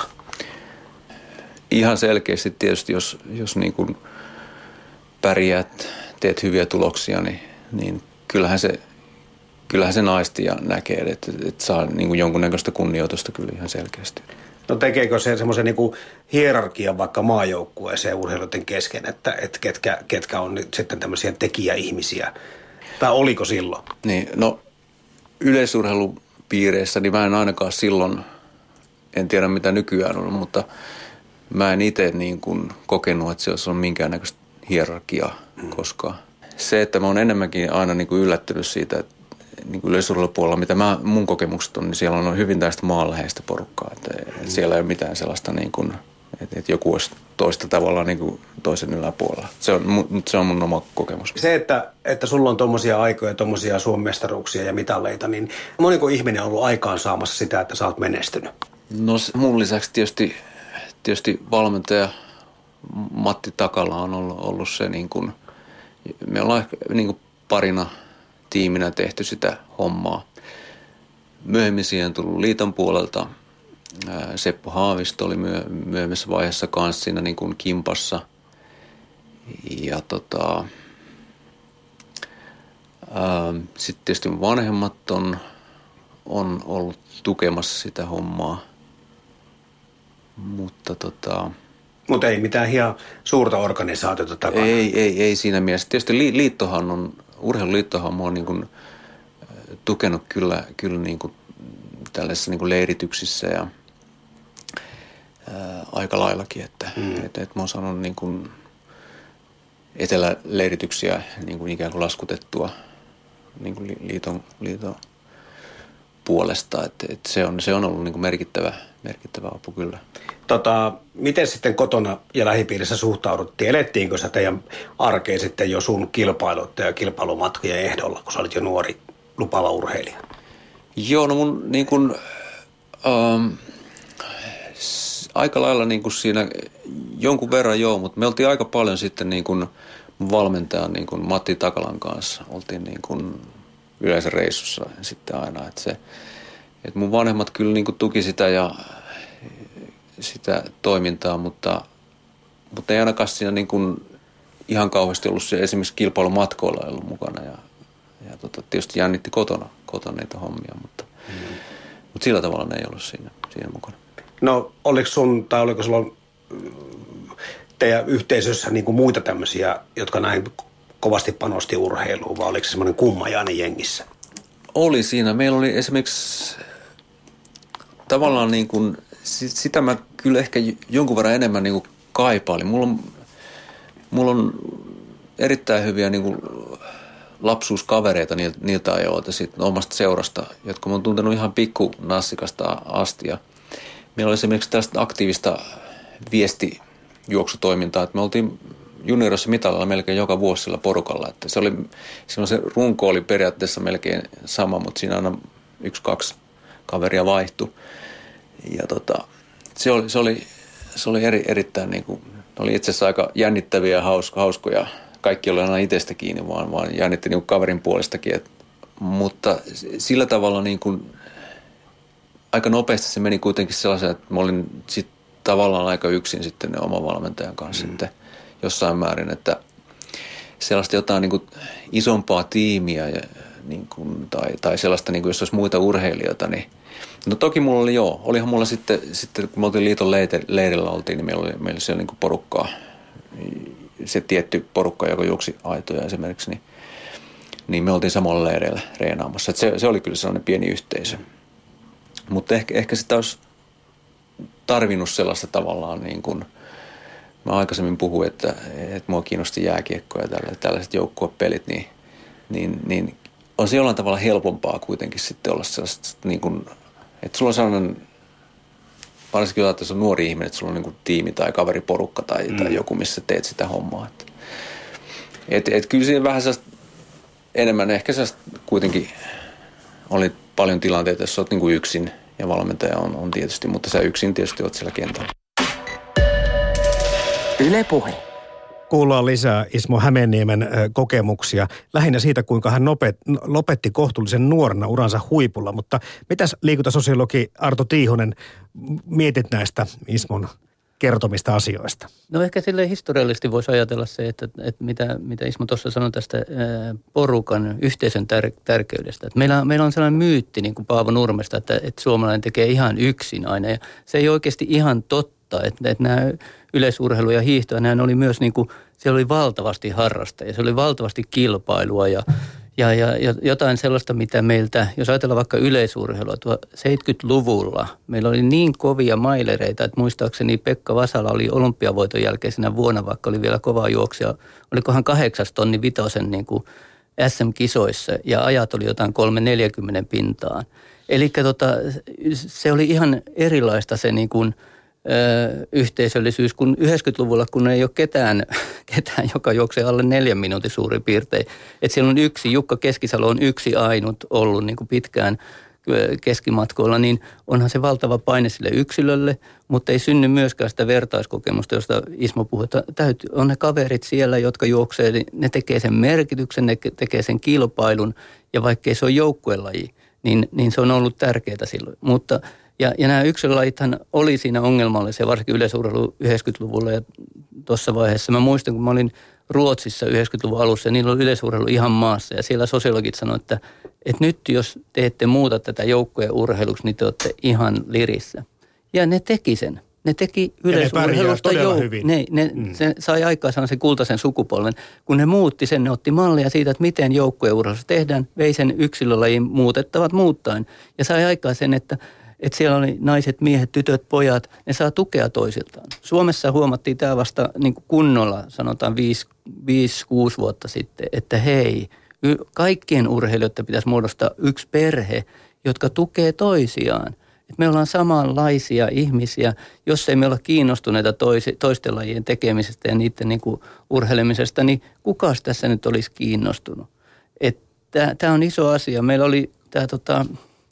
Ihan selkeästi tietysti, jos, jos niin kuin pärjäät, teet hyviä tuloksia, niin, niin kyllähän se, kyllähän se naisti ja näkee, että, että saa niin kuin jonkunnäköistä kunnioitusta kyllä ihan selkeästi. No tekeekö se semmoisen niin kuin hierarkian vaikka maajoukkueeseen urheiluiden kesken, että, että ketkä, ketkä on nyt sitten tämmöisiä tekijäihmisiä? Tai oliko silloin? Niin, no yleisurheilupiireissä, niin mä en ainakaan silloin, en tiedä mitä nykyään on, mutta mä en itse niin kuin kokenut, että se olisi ollut minkäännäköistä hierarkiaa mm. koskaan. Se, että mä oon enemmänkin aina niin kuin yllättynyt siitä, että niin kuin yleisurheilupuolella, mitä mä, mun kokemukset on, niin siellä on hyvin tästä maanläheistä porukkaa. Että mm. siellä ei ole mitään sellaista, niin kuin, että, että joku olisi toista tavalla niin kuin toisen yläpuolella. Se on, se on mun oma kokemus. Se, että, että sulla on tommosia aikoja, tommosia suomestaruuksia ja mitalleita, niin moniko ihminen on ollut aikaan saamassa sitä, että sä oot menestynyt? No mun lisäksi tietysti, tietysti valmentaja Matti Takala on ollut, ollut se, niin kuin, me ollaan ehkä niin kuin parina tiiminä tehty sitä hommaa. Myöhemmin siihen tullut liiton puolelta. Seppo Haavisto oli myö, myöhemmässä vaiheessa kanssa siinä niin kuin kimpassa. Ja tota, sitten tietysti vanhemmat on, on ollut tukemassa sitä hommaa. Mutta tota... Mutta ei mitään ihan suurta organisaatiota takana. Ei, ei, ei siinä mielessä. Tietysti li, liittohan on, urheiluliittohan on niin kuin tukenut kyllä, kyllä niin kuin tällaisissa niin kuin leirityksissä ja ää, aika laillakin, että mm. et, et mä oon saanut niin kuin eteläleirityksiä niin kuin ikään kuin laskutettua niin kuin liiton, liiton puolesta, että et se, on, se on ollut niin kuin merkittävä, merkittävä apu kyllä. Tota, miten sitten kotona ja lähipiirissä suhtauduttiin? Elettiinkö sä teidän arkeen sitten jo sun kilpailut ja kilpailumatkojen ehdolla, kun sä olit jo nuori lupaava urheilija? Joo, no mun niin kuin, ähm, aika lailla niin kuin siinä jonkun verran joo, mutta me oltiin aika paljon sitten niin kuin mun valmentajan niin kuin Matti Takalan kanssa. Oltiin niin kuin yleensä reissussa sitten aina, että se, että mun vanhemmat kyllä niin kuin tuki sitä ja sitä toimintaa, mutta, mutta ei ainakaan siinä niin kuin ihan kauheasti ollut se esimerkiksi kilpailumatkoilla ollut mukana ja, ja tota, tietysti jännitti kotona, kotona niitä hommia, mutta, mm. mutta sillä tavalla ne ei ollut siinä, siinä mukana. No oliko sun tai oliko sulla teidän yhteisössä niin kuin muita tämmöisiä, jotka näin kovasti panosti urheiluun, vai oliko se semmoinen kummajainen jengissä? Oli siinä. Meillä oli esimerkiksi tavallaan niin kuin, sitä mä kyllä ehkä jonkun verran enemmän niin kuin kaipailin. Mulla on, mulla on erittäin hyviä niin kuin lapsuuskavereita niiltä, niiltä ajoilta sitten omasta seurasta, jotka mä oon tuntenut ihan pikkunassikasta asti. Ja meillä oli esimerkiksi tästä aktiivista viestijuoksutoimintaa, että me oltiin juniorissa mitalilla melkein joka vuosi sillä porukalla. Että se oli, silloin se runko oli periaatteessa melkein sama, mutta siinä aina yksi, kaksi kaveria vaihtui. Ja tota, se oli, se oli, se oli eri, erittäin niin kuin, oli itse asiassa aika jännittäviä ja hausko, hauskoja. Kaikki oli aina itsestä kiinni, vaan, vaan jännitti niin kuin kaverin puolestakin. Et, mutta sillä tavalla niin kuin, aika nopeasti se meni kuitenkin sellaisen, että mä olin sit tavallaan aika yksin sitten ne oman valmentajan kanssa mm. sitten jossain määrin, että sellaista jotain niin kuin isompaa tiimiä ja, niin kuin, tai, tai sellaista, niin kuin jos olisi muita urheilijoita, niin No toki mulla oli joo. Olihan mulla sitten, sitten kun me oltiin liiton leirillä oltiin, niin meillä oli meillä siellä niin kuin porukkaa. Se tietty porukka, joka juoksi aitoja esimerkiksi, niin, niin me oltiin samalla leireillä reenaamassa. Et se, se oli kyllä sellainen pieni yhteisö. Mutta ehkä, ehkä sitä olisi tarvinnut sellaista tavallaan niin kuin, mä aikaisemmin puhuin, että, että mua kiinnosti jääkiekko ja tällaiset, tällaiset joukkuepelit, niin, niin, niin on se jollain tavalla helpompaa kuitenkin sitten olla sellaista, niin kuin, että sulla on sellainen, varsinkin jos on nuori ihminen, että sulla on niin kuin tiimi tai kaveriporukka tai, mm. tai joku, missä teet sitä hommaa. Että, et, et kyllä siinä vähän sellaista enemmän, ehkä sellaista kuitenkin oli paljon tilanteita, jos olet niin kuin yksin ja valmentaja on, on tietysti, mutta sä yksin tietysti olet siellä kentällä. Yle Puhe. Kuullaan lisää Ismo Hämeenniemen kokemuksia, lähinnä siitä, kuinka hän nopet, lopetti kohtuullisen nuorena uransa huipulla. Mutta mitäs liikuntasosiologi Arto Tiihonen mietit näistä Ismon kertomista asioista? No ehkä silleen historiallisesti voisi ajatella se, että, että mitä, mitä Ismo tuossa sanoi tästä ää, porukan yhteisön tär, tärkeydestä. Että meillä, meillä on sellainen myytti niin kuin Paavo Nurmesta, että, että suomalainen tekee ihan yksin aina ja se ei oikeasti ihan totta, että, että nämä yleisurheilu ja hiihtoa, nämä oli myös niin kuin, siellä oli valtavasti harrastajia, se oli valtavasti kilpailua ja, ja, ja, ja jotain sellaista, mitä meiltä, jos ajatellaan vaikka yleisurheilua, seitsemänkymmentäluvulla meillä oli niin kovia mailereita, että muistaakseni Pekka Vasala oli olympiavoiton jälkeisenä vuonna, vaikka oli vielä kova juoksija, olikohan kahdeksas tonni vitosen niin kuin S M-kisoissa ja ajat oli jotain kolme neljäkymmentä pintaan. Eli tota, se oli ihan erilaista se niin kuin yhteisöllisyys, kun yhdeksänkymmentäluvulla, kun ei ole ketään, ketään joka juoksee alle neljän minuutin suurin piirtein. Että siellä on yksi, Jukka Keskisalo on yksi ainut ollut niin kuin pitkään keskimatkoilla, niin onhan se valtava paine sille yksilölle, mutta ei synny myöskään sitä vertaiskokemusta, josta Ismo puhui. Täytyy, on ne kaverit siellä, jotka juoksee, niin ne tekee sen merkityksen, ne tekee sen kilpailun, ja vaikkei se on joukkuelaji, niin, niin se on ollut tärkeää silloin. Mutta Ja, ja nämä yksilölajithan oli siinä ongelmallisia, varsinkin yleisurheilu yhdeksänkymmentäluvulla ja tuossa vaiheessa. Mä muistan, kun mä olin Ruotsissa yhdeksänkymmentäluvun alussa ja niillä oli yleisurheilu ihan maassa. Ja siellä sosiologit sanoivat, että, että nyt jos te ette muuta tätä joukkojen urheiluksi, niin te olette ihan lirissä. Ja ne teki sen. Ne teki yleisurheilusta jo. Ne, ne mm. se sai aikaan sellaisen kultaisen sukupolven. Kun ne muutti sen, ne otti mallia siitä, että miten joukkojen urheilusta tehdään, vei sen yksilölajin muutettavat muuttaen. Ja sai aikaan sen, että Että siellä oli naiset, miehet, tytöt, pojat, ne saa tukea toisiltaan. Suomessa huomattiin tämä vasta niin kuin kunnolla, sanotaan viisi kuusi vuotta sitten, että hei, kaikkien urheilijoiden pitäisi muodostaa yksi perhe, jotka tukee toisiaan. Että me ollaan samanlaisia ihmisiä, jos ei me olla kiinnostuneita toisi, toisten lajien tekemisestä ja niiden niin kuin urheilemisesta, niin kukas tässä nyt olisi kiinnostunut? Tämä on iso asia. Meillä oli tämä tota...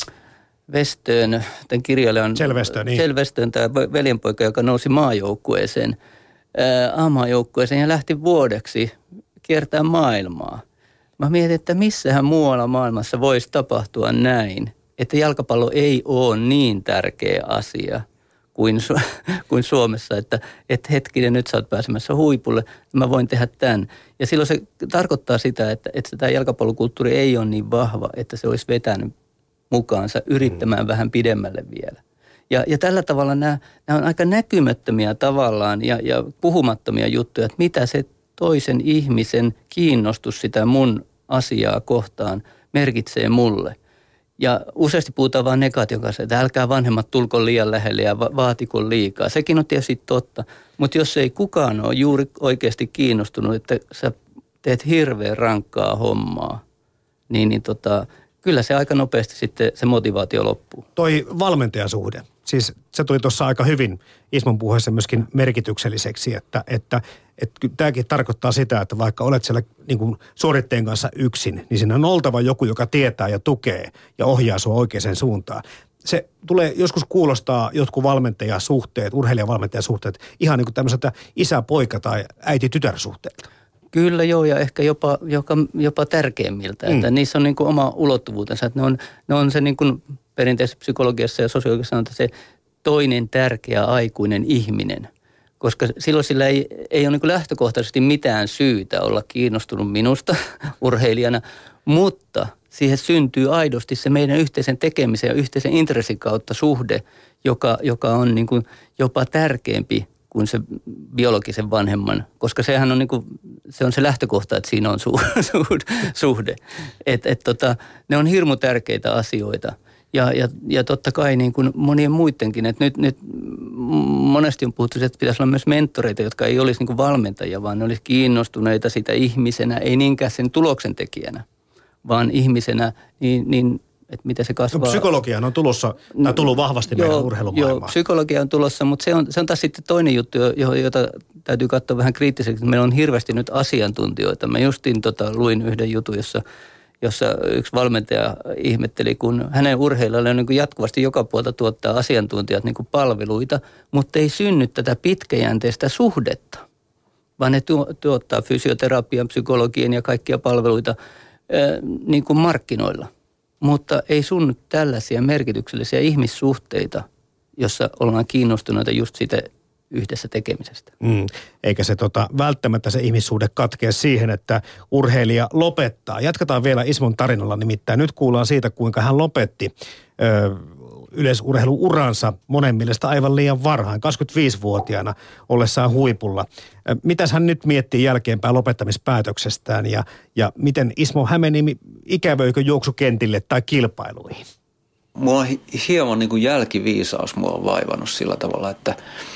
Westön, tämän kirjailijan Selvestön, niin. Selvestön, tämä veljenpoika, joka nousi maajoukkueeseen, A-maajoukkueeseen ja lähti vuodeksi kiertämään maailmaa. Mä mietin, että missähän muualla maailmassa voisi tapahtua näin, että jalkapallo ei ole niin tärkeä asia kuin, kuin Suomessa, että, että hetkinen, nyt sä oot pääsemässä huipulle, mä voin tehdä tämän. Ja silloin se tarkoittaa sitä, että, että tämä jalkapallokulttuuri ei ole niin vahva, että se olisi vetänyt mukaansa yrittämään mm. vähän pidemmälle vielä. Ja, ja tällä tavalla nämä, nämä on aika näkymättömiä tavallaan ja, ja puhumattomia juttuja, että mitä se toisen ihmisen kiinnostus sitä mun asiaa kohtaan merkitsee mulle. Ja useasti puhutaan vaan negaation kanssa, että älkää vanhemmat tulko liian lähelle ja va- vaatiko liikaa. Sekin on tietysti totta, mutta jos ei kukaan ole juuri oikeasti kiinnostunut, että sä teet hirveän rankkaa hommaa, niin, niin tota... Kyllä se aika nopeasti sitten se motivaatio loppuu. Toi valmentajasuhde, siis se tuli tuossa aika hyvin Ismon puheessa myöskin merkitykselliseksi, että, että, että tämäkin tarkoittaa sitä, että vaikka olet siellä niin kuin suoritteen kanssa yksin, niin siinä on oltava joku, joka tietää ja tukee ja ohjaa sua oikeaan suuntaan. Se tulee joskus kuulostaa jotkut valmentajasuhteet, urheilijavalmentajasuhteet ihan niin kuin tämmöiseltä isä-poika- tai äiti-tytär-suhteelta. Kyllä joo, ja ehkä jopa, jopa, jopa tärkeimmiltä. Mm. Että niissä on niin kuin oma ulottuvuutensa. Että ne, on, ne on se niin kuin perinteisessä psykologiassa ja sosiologiassa sanotaan se toinen tärkeä aikuinen ihminen. Koska silloin sillä ei, ei ole niin kuin lähtökohtaisesti mitään syytä olla kiinnostunut minusta urheilijana, mutta siihen syntyy aidosti se meidän yhteisen tekemisen ja yhteisen intressin kautta suhde, joka, joka on niin kuin jopa tärkeämpi kuin se biologisen vanhemman, koska sehän on, niin kuin, se, on se lähtökohta, että siinä on su, su, suhde. Et, et tota, ne on hirmu tärkeitä asioita. Ja, ja, ja totta kai niin kuin monien muidenkin, että nyt, nyt monesti on puhuttu, että pitäisi olla myös mentoreita, jotka ei olisi niin kuin valmentajia, vaan ne olisi kiinnostuneita sitä ihmisenä, ei niinkään sen tuloksen tekijänä, vaan ihmisenä, niin, niin että miten se kasvaa. No, psykologia on tulossa, tai tullut vahvasti joo, meidän urheilumaailmaan. Joo, psykologia on tulossa, mutta se on, se on taas sitten toinen juttu, jota täytyy katsoa vähän kriittisesti. Meillä on hirveästi nyt asiantuntijoita. Mä justiin tota, luin yhden jutun, jossa jossa yksi valmentaja ihmetteli, kun hänen urheilijalle on niin kuin jatkuvasti joka puolta tuottaa asiantuntijat niin kuin palveluita, mutta ei synny tätä pitkäjänteistä suhdetta, vaan ne tuottaa fysioterapian, psykologian ja kaikkia palveluita ää, niin kuin markkinoilla. Mutta ei synny tällaisia merkityksellisiä ihmissuhteita, jossa ollaan kiinnostuneita just siitä yhdessä tekemisestä. Mm, eikä se tota, välttämättä se ihmissuhde katkee siihen, että urheilija lopettaa. Jatketaan vielä Ismon tarinalla, nimittäin nyt kuullaan siitä, kuinka hän lopetti ö, yleisurheiluuransa monen mielestä aivan liian varhain, kaksikymmentäviisivuotiaana ollessaan huipulla. Ö, mitäs hän nyt miettii jälkeenpäin lopettamispäätöksestään ja, ja miten Ismo Hämeenniemi ikävöikö juoksukentille tai kilpailuihin? Mua on hieman niin kuin jälkiviisaus mua on vaivannut sillä tavalla, että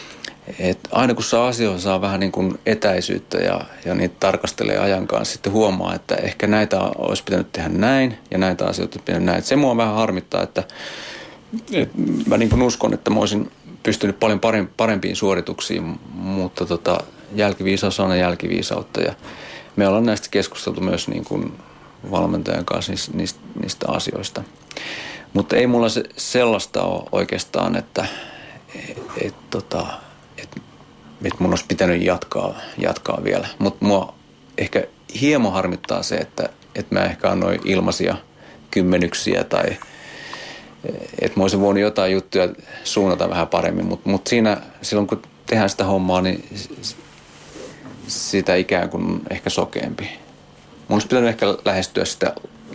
Et aina kun saa asioihin saa vähän niin kuin etäisyyttä ja, ja niitä tarkastelee ajan kanssa, sitten huomaa, että ehkä näitä olisi pitänyt tehdä näin ja näitä asioita olisi pitänyt näin. Et se mua vähän harmittaa, että, että mä niin kuin uskon, että mä olisin pystynyt paljon parempiin suorituksiin, mutta tota, jälkiviisaus on jälkiviisautta ja me ollaan näistä keskusteltu myös niin kuin valmentajan kanssa niistä, niistä asioista. Mutta ei mulla se sellaista ole oikeastaan, että et, tota, että et mun olisi pitänyt jatkaa, jatkaa vielä. Mutta mua ehkä hieman harmittaa se, että et mä ehkä annoin ilmaisia kymmenyksiä tai että mä olisin voinut jotain juttuja suunnata vähän paremmin. Mutta mut siinä silloin kun tehdään sitä hommaa, niin sitä ikään kuin ehkä sokeampi. Mun olisi pitänyt ehkä lähestyä sitä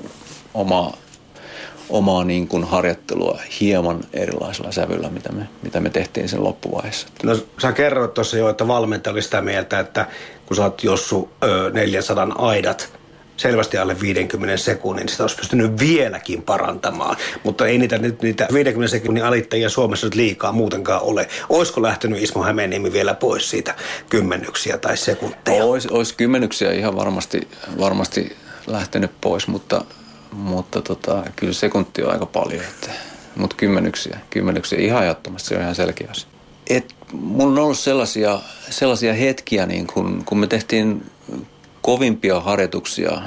omaa omaa niin kuin harjoittelua hieman erilaisella sävyllä, mitä me, mitä me tehtiin sen loppuvaiheessa. No sä kerroit tuossa jo, että valmentaja oli sitä mieltä, että kun sä oot Jossu ö, neljäsataa aidat selvästi alle viidenkymmenen sekunnin, niin sitä olisi pystynyt vieläkin parantamaan. Mutta ei niitä, niitä viidenkymmenen sekunnin alittajia Suomessa nyt liikaa muutenkaan ole. Olisiko lähtenyt Ismo Hämeenniemi vielä pois siitä kymmenyksiä tai sekunteja? Olisi, olisi kymmenyksiä ihan varmasti, varmasti lähtenyt pois, mutta Mutta tota, kyllä sekuntia on aika paljon, että, mutta kymmenyksiä, kymmenyksiä ihan ajattomasti, se on ihan selkeä asia. Et, mulla on ollut sellaisia, sellaisia hetkiä, niin kun, kun me tehtiin kovimpia harjoituksia,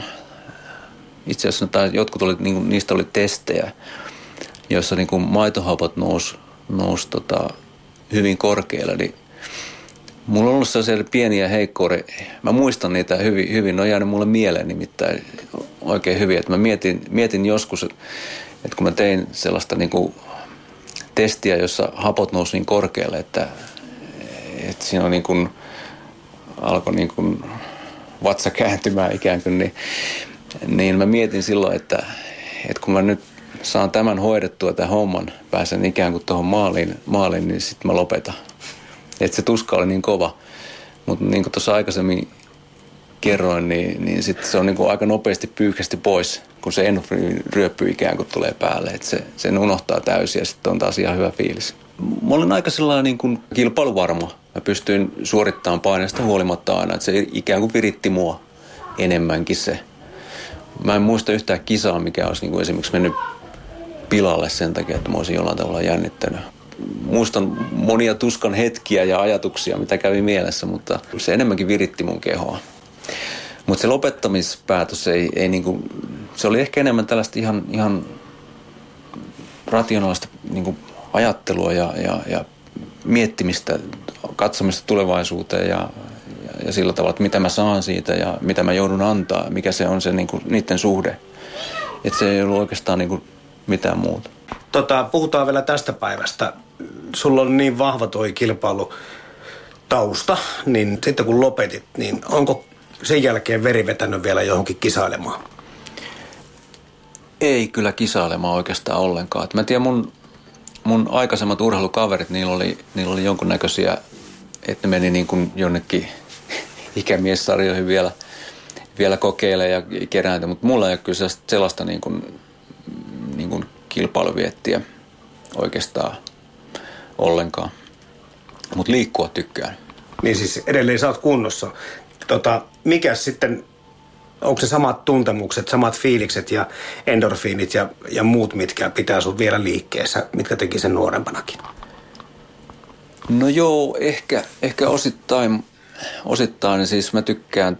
itse asiassa tai jotkut oli, niin, niistä oli testejä, joissa niin maitohapot nousi nous, tota, hyvin korkealle, niin mulla on ollut sellaisia pieniä heikkoja, mä muistan niitä hyvin, hyvin, ne on jäänyt mulle mieleen nimittäin oikein hyvin, että mä mietin, mietin joskus, että kun mä tein sellaista niin kuin testiä, jossa hapot nousi niin korkealle, että, että siinä on niin kuin, alkoi niin kuin vatsa kääntymään ikään kuin, niin, niin mä mietin silloin, että, että kun mä nyt saan tämän hoidettua, tämän homman, pääsen ikään kuin tuohon maaliin, maaliin niin sitten mä lopetan. Että se tuska oli niin kova, mutta niin kuin tuossa aikaisemmin kerroin, niin, niin sitten se on niin kuin aika nopeasti pyyhkästi pois, kun se endorfiini ryöppy ikään kuin tulee päälle. Että se, sen unohtaa täysin ja sitten on taas ihan hyvä fiilis. Mä olin aika sellainen niin kuin kilpailuvarma. Mä pystyin suorittamaan paineesta huolimatta aina, että se ikään kuin viritti mua enemmänkin se. Mä en muista yhtään kisaa, mikä olisi niin kuin esimerkiksi mennyt pilalle sen takia, että mä olisin jollain tavalla jännittänyt. Muistan monia tuskan hetkiä ja ajatuksia, mitä kävi mielessä, mutta se enemmänkin viritti mun kehoa. Mutta se lopettamispäätös ei, ei niinku, se oli ehkä enemmän tällaista ihan, ihan rationaalista niinku ajattelua ja, ja, ja miettimistä, katsomista tulevaisuuteen ja, ja, ja sillä tavalla, että mitä mä saan siitä ja mitä mä joudun antaa, mikä se on se niinku, niiden suhde. Että se ei ollut oikeastaan niinku mitään muuta. Tota, puhutaan vielä tästä päivästä. Sulla on niin vahva toi kilpailutausta, niin sitten kun lopetit, niin onko sen jälkeen veri vetänyt vielä johonkin kisailemaan? Ei kyllä kisailemaan oikeastaan ollenkaan. Et mä tiedän, mun, mun aikaisemmat urheilukaverit, niillä oli, niillä oli jonkunnäköisiä, että ne meni niin kuin jonnekin ikämiessarjoihin vielä, vielä kokeilemaan ja kerääntä, mutta mulla ei ole kyllä sellaista niin kuin, niin kuin kilpailuviettiä oikeastaan ollenkaan. Mutta liikkua tykkään. Niin siis edelleen sä oot kunnossa. Tota, mikäs sitten, onko se samat tuntemukset, samat fiilikset ja endorfiinit ja, ja muut, mitkä pitää sun vielä liikkeessä, mitkä teki sen nuorempanakin? No joo, ehkä, ehkä osittain, osittain siis mä tykkään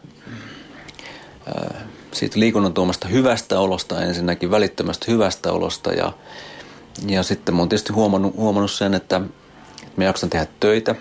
ää, siitä liikunnan tuomasta hyvästä olosta ensinnäkin, välittömästä hyvästä olosta ja, ja sitten mä oon tietysti huomannut, huomannut sen, että, että mä jaksan tehdä töitä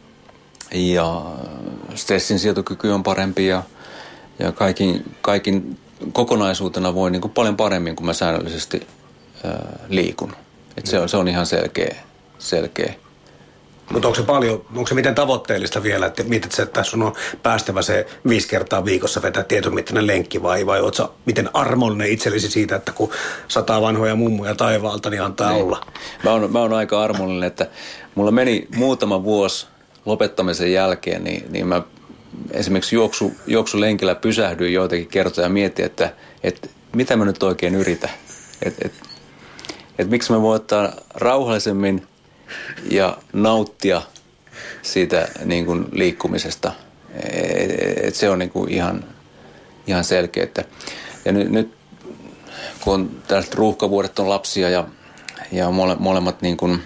ja stressin sietokyky on parempi ja, ja kaikin, kaikin kokonaisuutena voi niin kuin paljon paremmin, kun mä säännöllisesti ää, liikun. Et se, on, se on ihan selkeä. selkeä. Mutta onko se paljon, onko se miten tavoitteellista vielä, että mietit sä, että sun on päästävä se viisi kertaa viikossa vetää tietyn mittainen lenkki vai, vai oot sä miten armollinen itsellesi siitä, että kun sataa vanhoja mummuja taivaalta, niin antaa niin olla? Mä oon, mä oon aika armollinen, että mulla meni muutama vuosi lopettamisen jälkeen, niin, niin mä esimerkiksi juoksu, juoksulenkillä pysähdyin joitakin kertoja ja mietin, että, että mitä mä nyt oikein yritän. Että et, et miksi mä voin ottaa rauhallisemmin ja nauttia siitä niin kuin liikkumisesta. Et, et se on niin kuin ihan, ihan selkeä. Ja nyt, nyt kun on tällaiset ruuhkavuodet on lapsia ja, ja mole, molemmat niin kuin,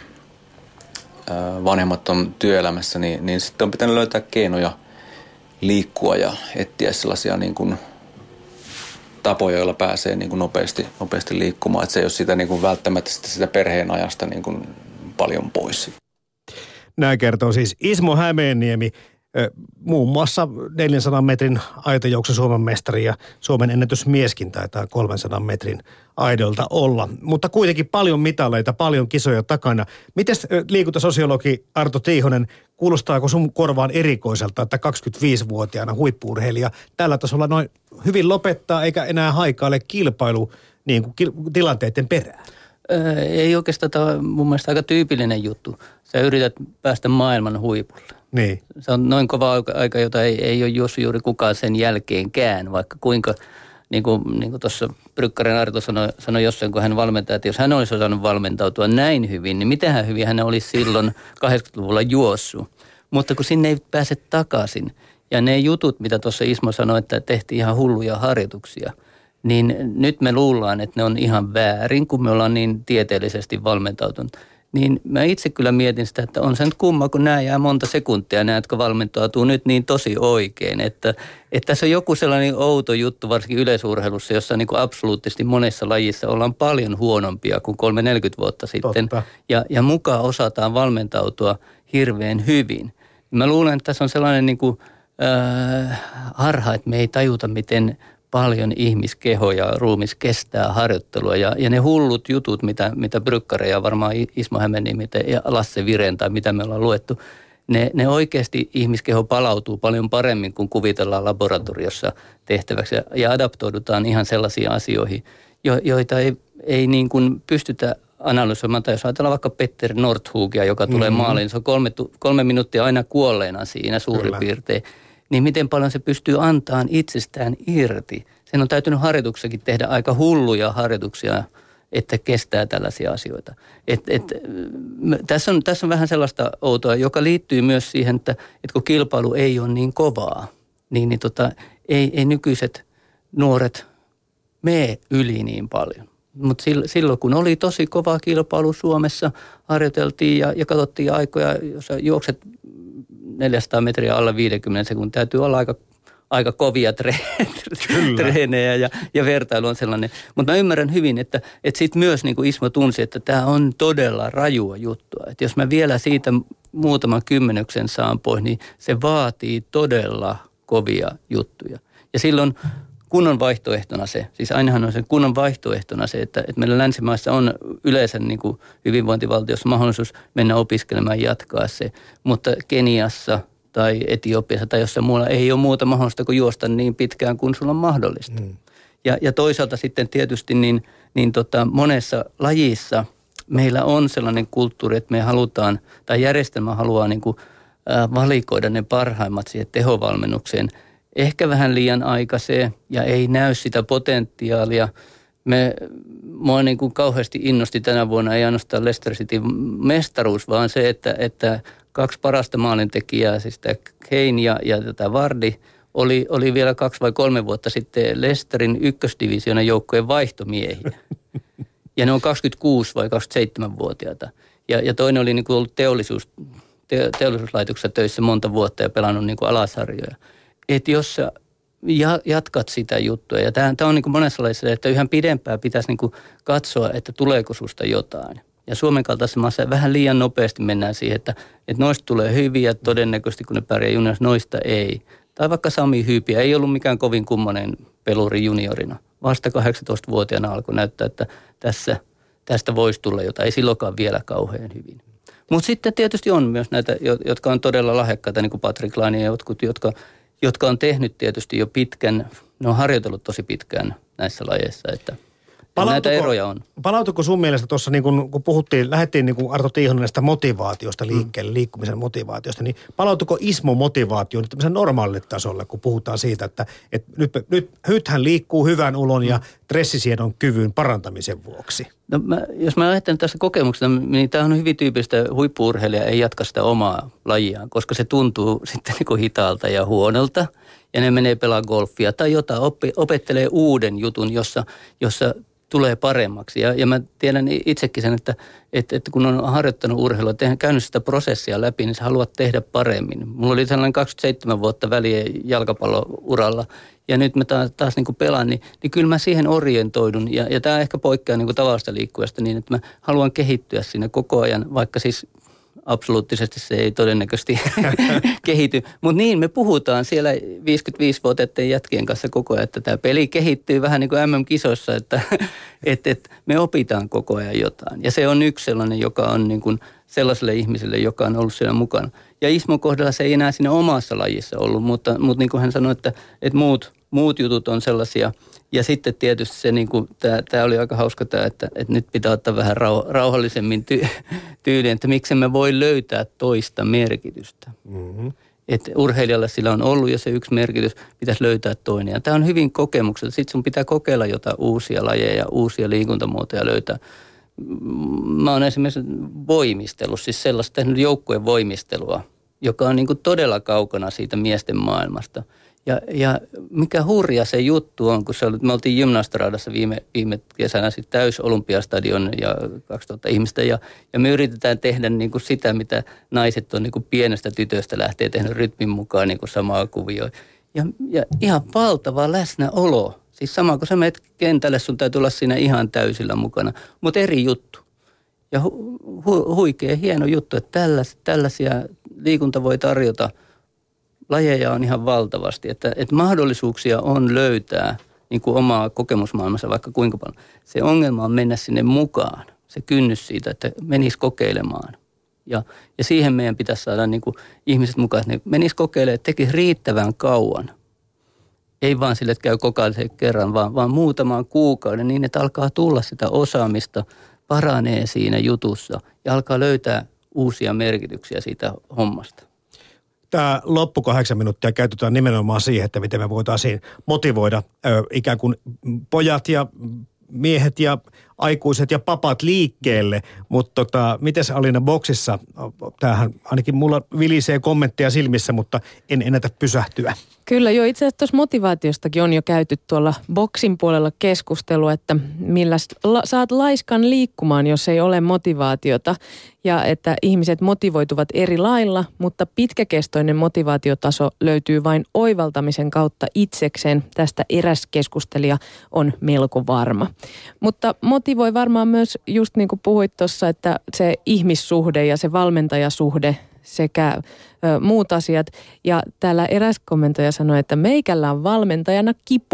ä, vanhemmat on työelämässä, niin, niin sitten on pitänyt löytää keinoja liikkua ja etsiä sellaisia niin kuin tapoja, joilla pääsee niin kuin nopeasti, nopeasti liikkumaan. Et se ei ole sitä niin kuin välttämättä sitä, sitä perheen ajasta niin kuin paljon pois. Näin kertoo siis Ismo Hämeenniemi, muun muassa neljänsadan metrin aitajuoksun Suomen mestari ja Suomen ennätysmieskin taitaa kolmensadan metrin aidolta olla. Mutta kuitenkin paljon mitaleita, paljon kisoja takana. Mites liikuntasosiologi Arto Tiihonen, kuulostaako sun korvaan erikoiselta, että kaksikymmentäviisivuotiaana huippu-urheilija tällä tasolla noin hyvin lopettaa eikä enää haikaile kilpailu niin kuin tilanteiden perään? Ei oikeastaan, tämä on mun mielestä aika tyypillinen juttu. Sä yrität päästä maailman huipulle. Niin. Se on noin kova aika, jota ei, ei ole juossut juuri kukaan sen jälkeenkään, vaikka kuinka, niin kuin, niin kuin tuossa Brykkärin Arto sanoi, sanoi jossain, kun hän valmentaa, että jos hän olisi osannut valmentautua näin hyvin, niin mitähän hyvin hän olisi silloin kahdeksankymmentäluvulla juossut. Mutta kun sinne ei pääse takaisin, ja ne jutut, mitä tuossa Ismo sanoi, että tehtiin ihan hulluja harjoituksia, niin nyt me luullaan, että ne on ihan väärin, kun me ollaan niin tieteellisesti valmentautunut. Niin mä itse kyllä mietin sitä, että on se nyt kumma, kun nämä jää monta sekuntia, nämä, jotka valmentautuu nyt niin tosi oikein. Että, että tässä on joku sellainen outo juttu, varsinkin yleisurheilussa, jossa niin kuin absoluuttisesti monessa lajissa ollaan paljon huonompia kuin kolme neljäkymmentä vuotta sitten. Ja, ja mukaan osataan valmentautua hirveän hyvin. Mä luulen, että tässä on sellainen niin kuin, äh, harha, että me ei tajuta, miten paljon ihmiskeho ja ruumis kestää harjoittelua ja, ja ne hullut jutut, mitä, mitä Brykkäre ja varmaan Ismo Hämeenniemi ja Lasse Viren tai mitä me ollaan luettu, ne, ne oikeasti ihmiskeho palautuu paljon paremmin kuin kuvitellaan laboratoriossa tehtäväksi ja, ja adaptoidutaan ihan sellaisiin asioihin, jo, joita ei, ei niin kuin pystytä analysoimaan. Tai jos ajatellaan vaikka Petter Nordhugia, joka tulee mm-hmm. maaliin, niin se on kolme, kolme minuuttia aina kuolleena siinä suurin Kyllä. piirtein. Niin miten paljon se pystyy antamaan itsestään irti. Sen on täytynyt harjoituksessakin tehdä aika hulluja harjoituksia, että kestää tällaisia asioita. Et, et, tässä, on, tässä on vähän sellaista outoa, joka liittyy myös siihen, että, että kun kilpailu ei ole niin kovaa, niin, niin tota, ei, ei nykyiset nuoret mene yli niin paljon. Mutta silloin, kun oli tosi kova kilpailu Suomessa, harjoiteltiin ja, ja katsottiin aikoja, jos juokset neljäsataa metriä alle viisikymmentä sekuntia, täytyy olla aika, aika kovia tre- treenejä ja, ja vertailu on sellainen. Mutta mä ymmärrän hyvin, että, että sitten myös niin kuin Ismo tunsi, että tämä on todella rajua juttua. Että jos mä vielä siitä muutaman kymmenyksen saan pois, niin se vaatii todella kovia juttuja. Ja silloin kunnon vaihtoehtona se, siis ainahan on se kunnon vaihtoehtona se, että, että meillä länsimaissa on yleensä niin kuin hyvinvointivaltiossa mahdollisuus mennä opiskelemaan ja jatkaa se, mutta Keniassa tai Etiopiassa tai jossain muualla ei ole muuta mahdollista kuin juosta niin pitkään kuin sulla on mahdollista. Mm. Ja, ja toisaalta sitten tietysti niin, niin tota, monessa lajissa meillä on sellainen kulttuuri, että me halutaan, tai järjestelmä haluaa niin kuin, äh, valikoida ne parhaimmat siihen tehovalmennukseen. Ehkä vähän liian aikaiseen ja ei näy sitä potentiaalia. Me, mua niin kuin kauheasti innosti tänä vuonna ei ainoastaan Leicester Cityn mestaruus, vaan se, että, että kaksi parasta maalintekijää, siis tämä Kane ja, ja tätä Vardy, oli, oli vielä kaksi vai kolme vuotta sitten Leicesterin ykkösdivisioonan joukkojen vaihtomiehiä. Ja ne on kaksikymmentäkuusi vai kaksikymmentäseitsemänvuotiaita. Ja, ja toinen oli niin kuin ollut teollisuus, te, teollisuuslaitoksessa töissä monta vuotta ja pelannut niin kuin alasarjoja. Että jos sä jatkat sitä juttua, ja tämä on niin kuin monessa laissa, että yhä pidempään pitäisi niin kuin katsoa, että tuleeko susta jotain. Ja Suomen kaltaisessa maassa vähän liian nopeasti mennään siihen, että, että noista tulee hyviä, todennäköisesti kun ne pärjää juniorissa, noista ei. Tai vaikka Sami Hyypiä ei ollut mikään kovin kummonen peluri juniorina. Vasta kahdeksantoistavuotiaana alkoi näyttää, että tässä, tästä voisi tulla jotain. Ei silloinkaan vielä kauhean hyvin. Mutta sitten tietysti on myös näitä, jotka on todella lahjakkaita, niin kuin Patrick Laine ja jotkut, jotka, jotka on tehnyt tietysti jo pitkän, ne on harjoitellut tosi pitkään näissä lajeissa, että näitä eroja on. Palautuko sun mielestä tuossa, niin kun, kun puhuttiin, lähdettiin niin kuin Arto Tiihonen näistä motivaatiosta liikkeelle, mm. liikkumisen motivaatiosta, niin palautuko Ismo-motivaatio nyt tämmöisen normaalille tasolle, kun puhutaan siitä, että, että nyt, nyt, nyt hän liikkuu hyvän ulon ja stressisiedon kyvyn parantamisen vuoksi? No mä, jos mä ajattelen tässä kokemuksesta, niin tämä on hyvin tyypillistä, huippu-urheilija ei jatka sitä omaa lajiaan, koska se tuntuu sitten niin kuin hitaalta ja huonolta. Ja ne menee pelaa golfia tai jotain, oppi, opettelee uuden jutun, jossa, jossa tulee paremmaksi. Ja, ja mä tiedän itsekin sen, että, että, että kun on harjoittanut urheilua, tehnyt, käynyt sitä prosessia läpi, niin sä haluat tehdä paremmin. Mulla oli sellainen kaksikymmentäseitsemän vuotta väliä jalkapallouralla, ja nyt mä taas, taas niin kuin pelaan, niin, niin kyllä mä siihen orientoidun. Ja, ja tämä ehkä poikkeaa niin kuin tavallista liikkujasta niin, että mä haluan kehittyä siinä koko ajan, vaikka siis absoluuttisesti se ei todennäköisesti kehity. Mutta niin, me puhutaan siellä viisikymmentäviisivuotiaiden jätkien kanssa koko ajan, että tämä peli kehittyy vähän niin kuin M M-kisoissa, että et, et me opitaan koko ajan jotain. Ja se on yksi sellainen, joka on niin kuin sellaiselle ihmiselle, joka on ollut siellä mukana. Ja Ismon kohdalla se ei enää siinä omassa lajissa ollut, mutta, mutta niin kuin hän sanoi, että, että muut, muut jutut on sellaisia. Ja sitten tietysti se, niin kuin, tämä, tämä oli aika hauska tämä, että, että nyt pitää ottaa vähän rauh, rauhallisemmin ty, tyyliin, että miksi me voi löytää toista merkitystä. Mm-hmm. Että urheilijalla sillä on ollut jo se yksi merkitys, pitäisi löytää toinen. Ja tämä on hyvin kokemuksella. Sitten sun pitää kokeilla jotain uusia lajeja ja uusia liikuntamuotoja löytää. Mä oon esimerkiksi voimistellut, siis sellaista tehnyt joukkueen voimistelua, joka on niin kuin todella kaukana siitä miesten maailmasta. Ja, ja mikä hurja se juttu on, kun se oli, me oltiin Gymnastradassa viime, viime kesänä sitten täys Olympiastadion ja kaksituhatta ihmistä. Ja, ja me yritetään tehdä niin kuin sitä, mitä naiset on niin kuin pienestä tytöstä lähtee tehnyt rytmin mukaan niin kuin samaa kuvioa. Ja, ja ihan valtava läsnäolo. Siis sama kun sä menet kentälle, sun täytyy olla siinä ihan täysillä mukana, mutta eri juttu. Ja hu, hu, huikea hieno juttu, että tällais, tällaisia liikunta voi tarjota. Lajeja on ihan valtavasti, että, että mahdollisuuksia on löytää niin kuin omaa kokemusmaailmassa vaikka kuinka paljon. Se ongelma on mennä sinne mukaan, se kynnys siitä, että menisi kokeilemaan. Ja, ja siihen meidän pitäisi saada niin kuin ihmiset mukaan, että ne menisi kokeilemaan, että tekisi riittävän kauan. Ei vaan sille, että käy kokeilemaan kerran, vaan, vaan muutaman kuukauden niin, että alkaa tulla sitä osaamista, paranee siinä jutussa ja alkaa löytää uusia merkityksiä siitä hommasta. Tämä loppu kahdeksan minuuttia käytetään nimenomaan siihen, että miten me voitaisiin motivoida ö, ikään kuin pojat ja miehet ja aikuiset ja papat liikkeelle. Mutta tota, mites Alina boksissa, tämähän ainakin mulla vilisee kommentteja silmissä, mutta en ennätä pysähtyä. Kyllä joo, itse asiassa tuossa motivaatiostakin on jo käyty tuolla boksin puolella keskustelua, että millä la, saat laiskan liikkumaan, jos ei ole motivaatiota. Ja että ihmiset motivoituvat eri lailla, mutta pitkäkestoinen motivaatiotaso löytyy vain oivaltamisen kautta itsekseen. Tästä eräs keskustelija on melko varma. Mutta motivoi varmaan myös just niin kuin puhuit tuossa, että se ihmissuhde ja se valmentajasuhde sekä ö, muut asiat. Ja täällä eräs kommentoija sanoi, että meikällä on valmentajana kipu,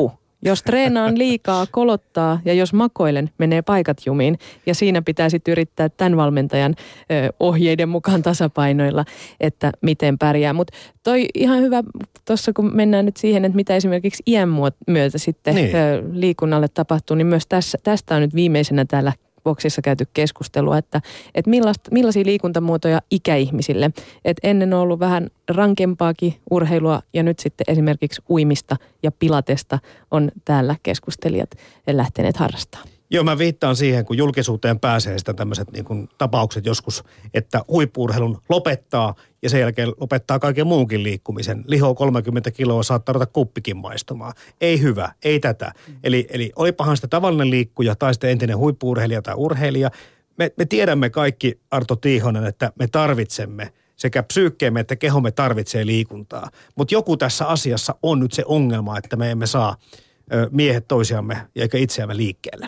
Jos treenaan liikaa, kolottaa ja jos makoilen, menee paikat jumiin. Ja siinä pitää sitten yrittää tämän valmentajan ö, ohjeiden mukaan tasapainoilla, että miten pärjää. Mutta toi ihan hyvä, tuossa kun mennään nyt siihen, että mitä esimerkiksi iän myötä sitten niin. ö, liikunnalle tapahtuu, niin myös tässä, tästä on nyt viimeisenä täällä boksissa käyty keskustelua, että, että millaisia liikuntamuotoja ikäihmisille. Että ennen on ollut vähän rankempaakin urheilua ja nyt sitten esimerkiksi uimista ja pilatesta on täällä keskustelijat lähteneet harrastamaan. Joo, mä viittaan siihen, kun julkisuuteen pääsee sitä tämmöiset niin kuin tapaukset joskus, että huippu-urheilun lopettaa ja sen jälkeen lopettaa kaiken muunkin liikkumisen. Liho kolmekymmentä kiloa, saattaa ruveta kuppikin maistumaan. Ei hyvä, ei tätä. Eli, eli olipahan sitä tavallinen liikkuja tai sitten entinen huippu-urheilija tai urheilija. Me, me tiedämme kaikki, Arto Tiihonen, että me tarvitsemme sekä psyykkeemme että kehomme tarvitsee liikuntaa. Mutta joku tässä asiassa on nyt se ongelma, että me emme saa ö, miehet toisiamme eikä itseämme liikkeelle.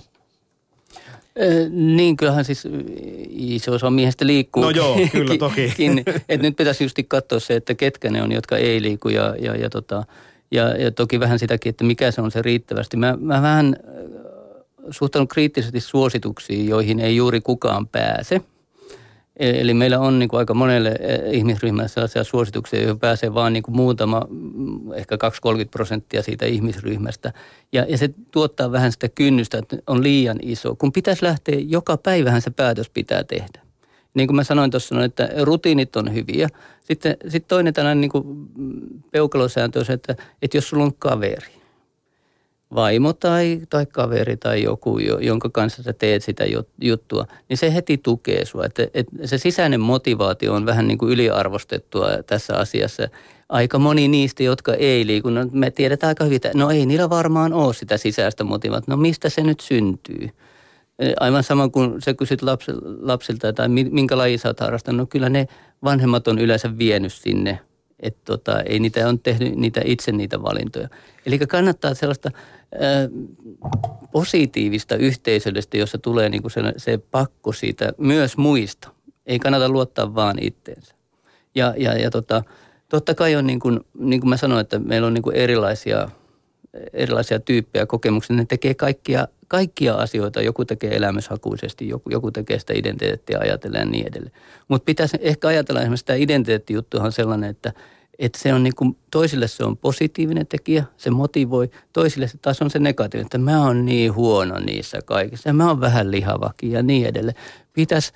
Niin, kyllähän siis iso osa miehestä liikkuu. No joo, kyllä toki. Et nyt pitäisi just katsoa se, että ketkä ne on, jotka ei liiku ja, ja, ja, tota, ja, ja toki vähän sitäkin, että mikä se on se riittävästi. Mä, mä vähän suhtaudun kriittisesti suosituksiin, joihin ei juuri kukaan pääse. Eli meillä on niin kuin aika monelle ihmisryhmälle sellaisia suosituksia, joihin pääsee vaan niin kuin muutama, ehkä kaksikymmentä kolmekymmentä prosenttia siitä ihmisryhmästä. Ja, ja se tuottaa vähän sitä kynnystä, että on liian iso. Kun pitäisi lähteä, joka päivähän se päätös pitää tehdä. Niin kuin mä sanoin tuossa, että rutiinit on hyviä. Sitten, sitten toinen tällainen niin kuin peukalosääntö on se, että, että jos sulla on kaveri, vaimo tai, tai kaveri tai joku, jonka kanssa sä teet sitä juttua, niin se heti tukee sua. Että, että se sisäinen motivaatio on vähän niin kuin yliarvostettua tässä asiassa. Aika moni niistä, jotka ei liiku, no me tiedetään aika hyvin, että no ei niillä varmaan ole sitä sisäistä motivaatiota. No mistä se nyt syntyy? Aivan sama kuin sä kysyt lapsilta, tai minkä lajia sä oot harrastanut, no kyllä ne vanhemmat on yleensä vienyt sinne. Että tota, ei niitä on tehnyt niitä itse niitä valintoja. Eli kannattaa sellaista ää, positiivista yhteisöllistä, jossa tulee niinku se, se pakko siitä myös muista. Ei kannata luottaa vaan itteensä. Ja, ja, ja tota, totta kai on niin kuin, niin kuin mä sanoin, että meillä on niin kuin erilaisia, erilaisia tyyppejä kokemuksia. Ne tekee kaikkia, kaikkia asioita. Joku tekee elämyshakuisesti, joku, joku tekee sitä identiteettiä ajatellen ja niin edelleen. Mutta pitäisi ehkä ajatella esimerkiksi tämä identiteettijuttu on sellainen, että, että se on niin kuin, toisille se on positiivinen tekijä, se motivoi. Toisille se taas on se negatiivinen, että mä oon niin huono niissä kaikissa. Mä oon vähän lihavakin ja niin edelleen. Pitäisi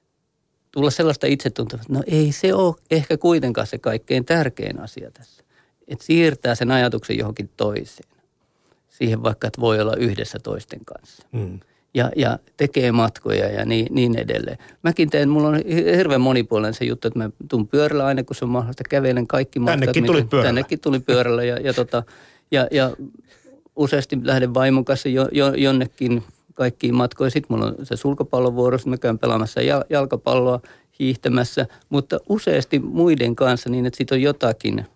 tulla sellaista itsetuntoa, että no ei se ole ehkä kuitenkaan se kaikkein tärkein asia tässä. Että siirtää sen ajatuksen johonkin toiseen. Siihen vaikka, että voi olla yhdessä toisten kanssa. Mm. Ja, ja tekee matkoja ja niin, niin edelleen. Mäkin teen, mulla on hirveän monipuolinen se juttu, että mä tuun pyörällä aina, kun se on mahdollista. Kävelen kaikki matkat. Tännekin tuli pyörällä. Tännekin tuli pyörällä ja, ja, tota, ja, ja useasti lähden vaimon kanssa jo, jo, jonnekin kaikkiin matkoihin. Sitten mulla on se sulkapallovuoro, mä käyn pelaamassa jalkapalloa, hiihtämässä, mutta useasti muiden kanssa niin, että siitä on jotakin,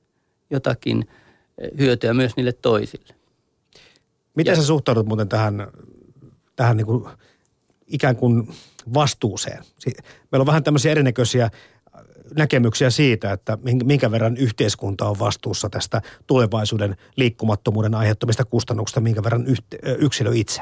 jotakin hyötyä myös niille toisille. Miten ja, sä suhtaudut muuten tähän, tähän niin kuin ikään kuin vastuuseen? Meillä on vähän tämmöisiä erinäköisiä näkemyksiä siitä, että minkä verran yhteiskunta on vastuussa tästä tulevaisuuden liikkumattomuuden aiheuttamista kustannuksista, minkä verran yksilö itse.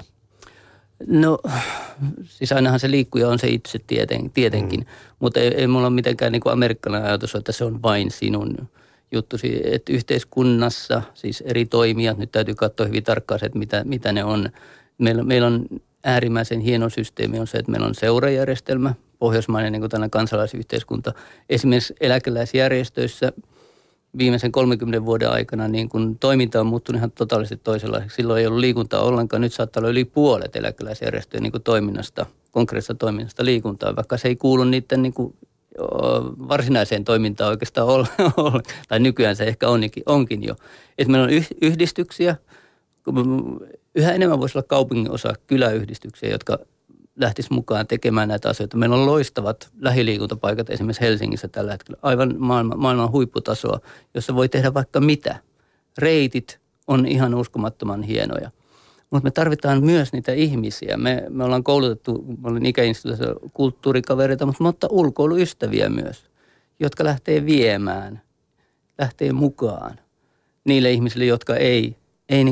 No, siis ainahan se liikkuja on se itse tieten, tietenkin, mm. mutta ei, ei mulla ole mitenkään niin kuin amerikkalainen ajatus, että se on vain sinun juttusi. Että yhteiskunnassa, siis eri toimijat, nyt täytyy katsoa hyvin tarkkaan se, että mitä, mitä ne on. Meillä, meillä on äärimmäisen hieno systeemi on se, että meillä on seurajärjestelmä, pohjoismainen niin kuin tällainen kansalaisyhteiskunta. Esimerkiksi eläkeläisjärjestöissä viimeisen kolmenkymmenen vuoden aikana niin kun toiminta on muuttunut ihan totaalisesti toisenlaiseksi. Silloin ei ollut liikuntaa ollenkaan. Nyt saattaa olla yli puolet eläkeläisjärjestöjen niin kuin toiminnasta, konkreettisesta toiminnasta liikuntaa, vaikka se ei kuulu niiden niin kuin varsinaiseen toimintaan oikeastaan ole. Tai nykyään se ehkä onkin, onkin jo. Että meillä on yhdistyksiä. Yhä enemmän voisi olla kaupungin osa kyläyhdistyksiä, jotka lähtisi mukaan tekemään näitä asioita. Meillä on loistavat lähiliikuntapaikat esimerkiksi Helsingissä tällä hetkellä. Aivan maailman, maailman huipputasoa, jossa voi tehdä vaikka mitä. Reitit on ihan uskomattoman hienoja. Mutta me tarvitaan myös niitä ihmisiä. Me, me ollaan koulutettu, mä olin ikäinstituutiossa kulttuurikavereita, mutta, mutta ulkoiluystäviä myös, jotka lähtee viemään, lähtee mukaan niille ihmisille, jotka ei, ei, niin kuin,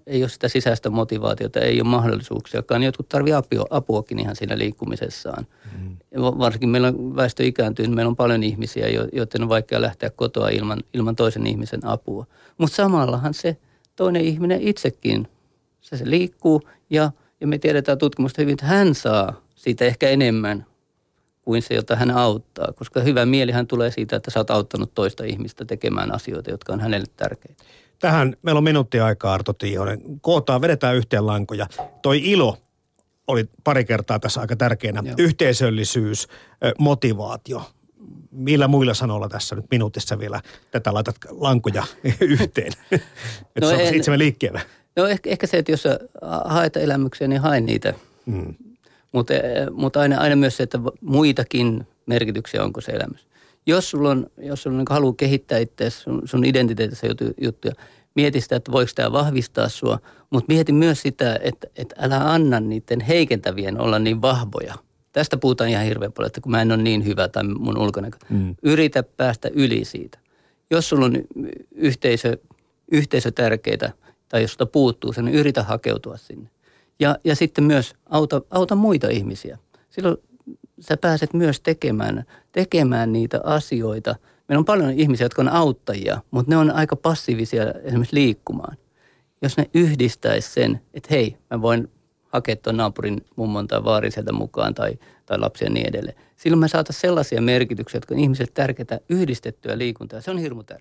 ei ole sitä sisäistä motivaatiota, ei ole mahdollisuuksiakaan. Jotkut tarvitsevat apuakin ihan siinä liikkumisessaan. Mm. Varsinkin meillä on väestö ikääntynyt, meillä on paljon ihmisiä, joiden on vaikea lähteä kotoa ilman, ilman toisen ihmisen apua. Mutta samallahan se toinen ihminen itsekin, se, se liikkuu ja, ja me tiedetään tutkimusta hyvin, että hän saa siitä ehkä enemmän kuin se, jota hän auttaa. Koska hyvä mielihän tulee siitä, että sä oot auttanut toista ihmistä tekemään asioita, jotka on hänelle tärkeitä. Tähän meillä on minuutti aikaa, Arto Tiihonen. Kootaan, vedetään yhteen lankoja. Toi ilo oli pari kertaa tässä aika tärkeänä. Joo. Yhteisöllisyys, motivaatio. Millä muilla sanoilla tässä nyt minuutissa vielä tätä laitat lankoja yhteen? Että no se on itsemme liikkeelle. No ehkä, ehkä se, että jos haet elämyksiä, niin hae niitä. Mm. Mutta mut aina, aina myös se, että muitakin merkityksiä onko se elämys. Jos sulla on, jos sulla on niin halu kehittää itseäsi, sun, sun identiteetissä juttuja, mieti sitä, että voiko tämä vahvistaa sua, mutta mieti myös sitä, että, että älä anna niiden heikentävien olla niin vahvoja. Tästä puhutaan ihan hirveän paljon, että kun mä en ole niin hyvä tai mun ulkonäkö. Mm. Yritä päästä yli siitä. Jos sulla on yhteisö, yhteisö tärkeitä tai jos sitä puuttuu, niin yritä hakeutua sinne. Ja, ja sitten myös auta, auta muita ihmisiä. Silloin sä pääset myös tekemään, tekemään niitä asioita. Meillä on paljon ihmisiä, jotka on auttajia, mutta ne on aika passiivisia esimerkiksi liikkumaan. Jos ne yhdistäisi sen, että hei, mä voin hakea tuon naapurin mummon tai vaarin sieltä mukaan tai, tai lapsia ja niin edelleen. Silloin me saataisiin sellaisia merkityksiä, jotka on ihmisille tärkeää yhdistettyä liikuntaa. Se on hirmu tärkeää.